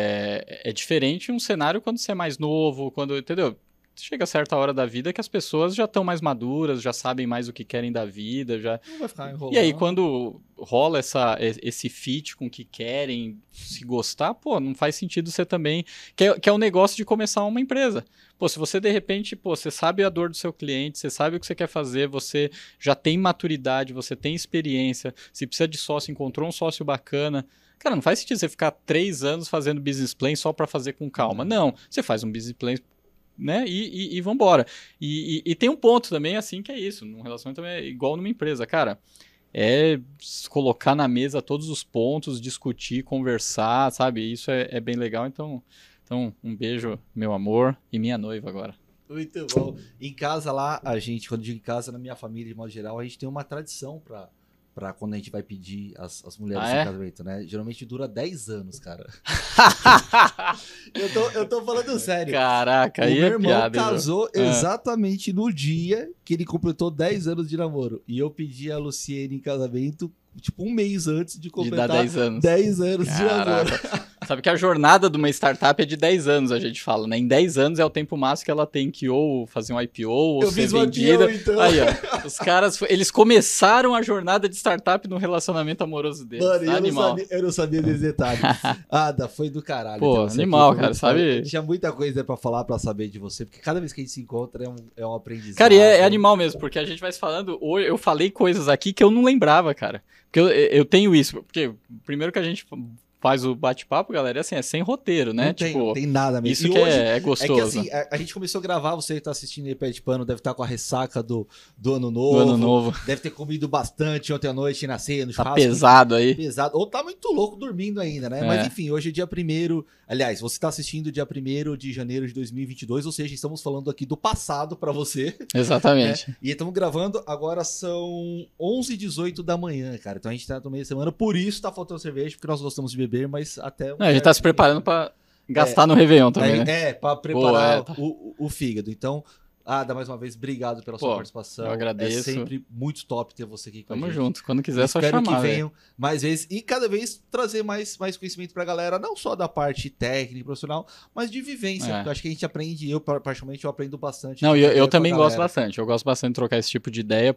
É diferente um cenário quando você é mais novo, entendeu? Chega a certa hora da vida que as pessoas já estão mais maduras, já sabem mais o que querem da vida, já... Não vai ficar enrolando. E aí, quando rola esse fit com o que querem, se gostar, pô, não faz sentido você também... Que é o negócio de começar uma empresa. Pô, se você, de repente, você sabe a dor do seu cliente, você sabe o que você quer fazer, você já tem maturidade, você tem experiência, se precisa de sócio, encontrou um sócio bacana... Cara, não faz sentido você ficar 3 anos fazendo business plan só para fazer com calma. Não, você faz um business plan, né, e vambora. E tem um ponto também, assim, que é isso. Num relacionamento também é igual numa empresa, cara. Colocar na mesa todos os pontos, discutir, conversar, sabe? Isso é bem legal. Então, um beijo, meu amor, e minha noiva agora. Muito bom. Em casa lá, a gente, quando eu digo em casa, na minha família, de modo geral, a gente tem uma tradição para pra quando a gente vai pedir as mulheres em casamento, né? Geralmente dura 10 anos, cara. eu tô falando sério. Caraca, aí é piada. O meu irmão casou exatamente no dia que ele completou 10 anos de namoro. E eu pedi a Luciene em casamento, tipo, um mês antes de completar 10 anos. 10 anos de namoro. Sabe que a jornada de uma startup é de 10 anos, a gente fala, né? Em 10 anos é o tempo máximo que ela tem que ou fazer um IPO ou ser vendida. IPO, então. Aí, ó, os caras, eles começaram a jornada de startup no relacionamento amoroso deles. Mano, eu não sabia desse detalhe. Foi do caralho. Pô, animal, cara, sabe? Tinha muita coisa pra falar, pra saber de você, porque cada vez que a gente se encontra é um aprendizado. Cara, e é animal mesmo, porque a gente vai se falando, eu falei coisas aqui que eu não lembrava, cara. Porque eu tenho isso, porque primeiro que a gente faz o bate-papo, galera, é assim, é sem roteiro, né? Não tem nada mesmo. Isso e que hoje, é gostoso. É que assim, a gente começou a gravar, você que tá assistindo aí Pé de Pano, deve estar com a ressaca do ano novo. Do ano novo. Deve ter comido bastante ontem à noite na ceia, no churrasco. Tá pesado aí. Pesado. Ou tá muito louco dormindo ainda, né? Mas enfim, hoje é dia 1º. Aliás, você tá assistindo dia 1º de janeiro de 2022, ou seja, estamos falando aqui do passado pra você. Exatamente. Né? E estamos gravando, agora são 11h18 da manhã, cara. Então a gente tá no meio da semana, por isso tá faltando cerveja, porque nós gostamos de beber, mas até... a gente tá se preparando pra gastar no Réveillon também, né? Pra preparar o fígado. Então, Ada, mais uma vez, obrigado pela sua participação. Eu agradeço. É sempre muito top ter você aqui com a gente. Tamo junto. Quando quiser, é só chamar. Espero que venham mais vezes e cada vez trazer mais conhecimento pra galera, não só da parte técnica e profissional, mas de vivência. Porque eu acho que a gente aprende, eu particularmente eu aprendo bastante. Não, eu também gosto bastante. Eu gosto bastante de trocar esse tipo de ideia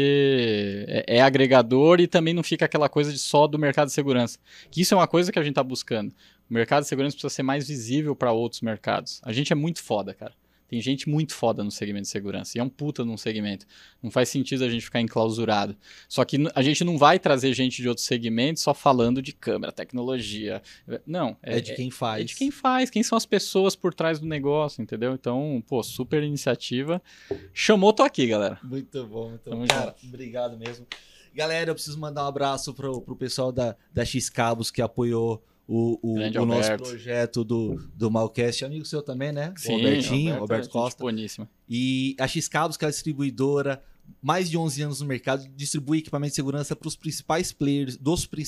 porque é agregador e também não fica aquela coisa de só do mercado de segurança. Que isso é uma coisa que a gente tá buscando. O mercado de segurança precisa ser mais visível para outros mercados. A gente é muito foda, cara. Tem gente muito foda no segmento de segurança. E é um puta num segmento. Não faz sentido a gente ficar enclausurado. Só que a gente não vai trazer gente de outros segmentos só falando de câmera, tecnologia. Não. É de quem faz. É de quem faz. Quem são as pessoas por trás do negócio, entendeu? Então, super iniciativa. Chamou, tô aqui, galera. Muito bom. Então, cara, obrigado mesmo. Galera, eu preciso mandar um abraço pro pessoal da X Cabos que apoiou o nosso projeto do Malcast, amigo seu também, né? Sim, o Alberto Costa. Boníssima. E a X Cabos, que é a distribuidora, mais de 11 anos no mercado, distribui equipamento de segurança para os principais players,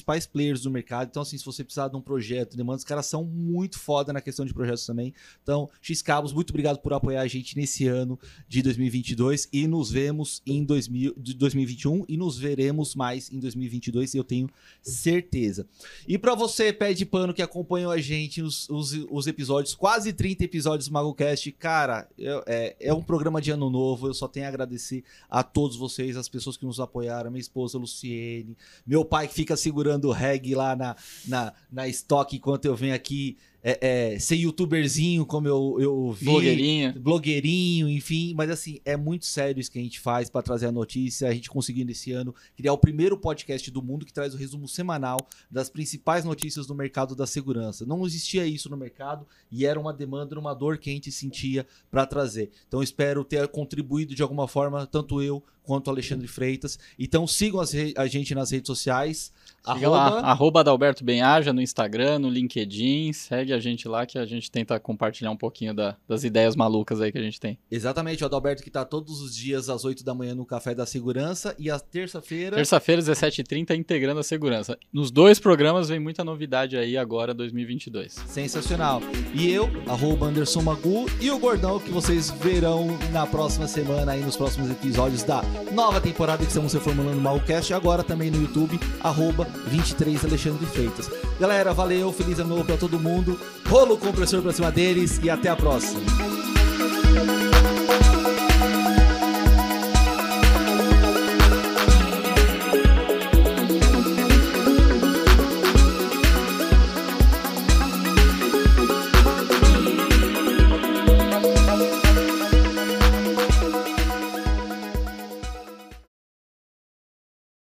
do mercado. Então, assim, se você precisar de um projeto, demanda, os caras são muito foda na questão de projetos também. Então, X Cabos, muito obrigado por apoiar a gente nesse ano de 2022 e nos vemos em 2021 e nos veremos mais em 2022, eu tenho certeza. E para você, Pé de Pano, que acompanhou a gente os episódios, quase 30 episódios do MagoCast, cara, é um programa de ano novo, eu só tenho a agradecer a todos vocês, as pessoas que nos apoiaram, minha esposa Luciene, meu pai que fica segurando o reggae lá na estoque enquanto eu venho aqui ser youtuberzinho, como eu vi. Blogueirinho, enfim. Mas assim, é muito sério isso que a gente faz para trazer a notícia. A gente conseguiu nesse ano criar o primeiro podcast do mundo que traz o resumo semanal das principais notícias do mercado da segurança. Não existia isso no mercado e era uma demanda, uma dor que a gente sentia para trazer. Então espero ter contribuído de alguma forma, tanto eu quanto o Alexandre Freitas. Então sigam a gente nas redes sociais. Siga lá, @Adalberto Benhaja no Instagram, no LinkedIn. Segue a gente lá que a gente tenta compartilhar um pouquinho das ideias malucas aí que a gente tem. Exatamente, o Adalberto que tá todos os dias às 8 da manhã no Café da Segurança e a terça-feira... Terça-feira, 17h30, integrando a segurança. Nos 2 programas vem muita novidade aí agora, 2022. Sensacional. E eu, @Anderson Magu, e o Gordão, que vocês verão na próxima semana aí, nos próximos episódios da nova temporada que estamos reformulando no MagoCast, agora também no YouTube, @23 Alexandre Freitas. Galera, valeu, feliz ano novo pra todo mundo, rolo o compressor pra cima deles e até a próxima.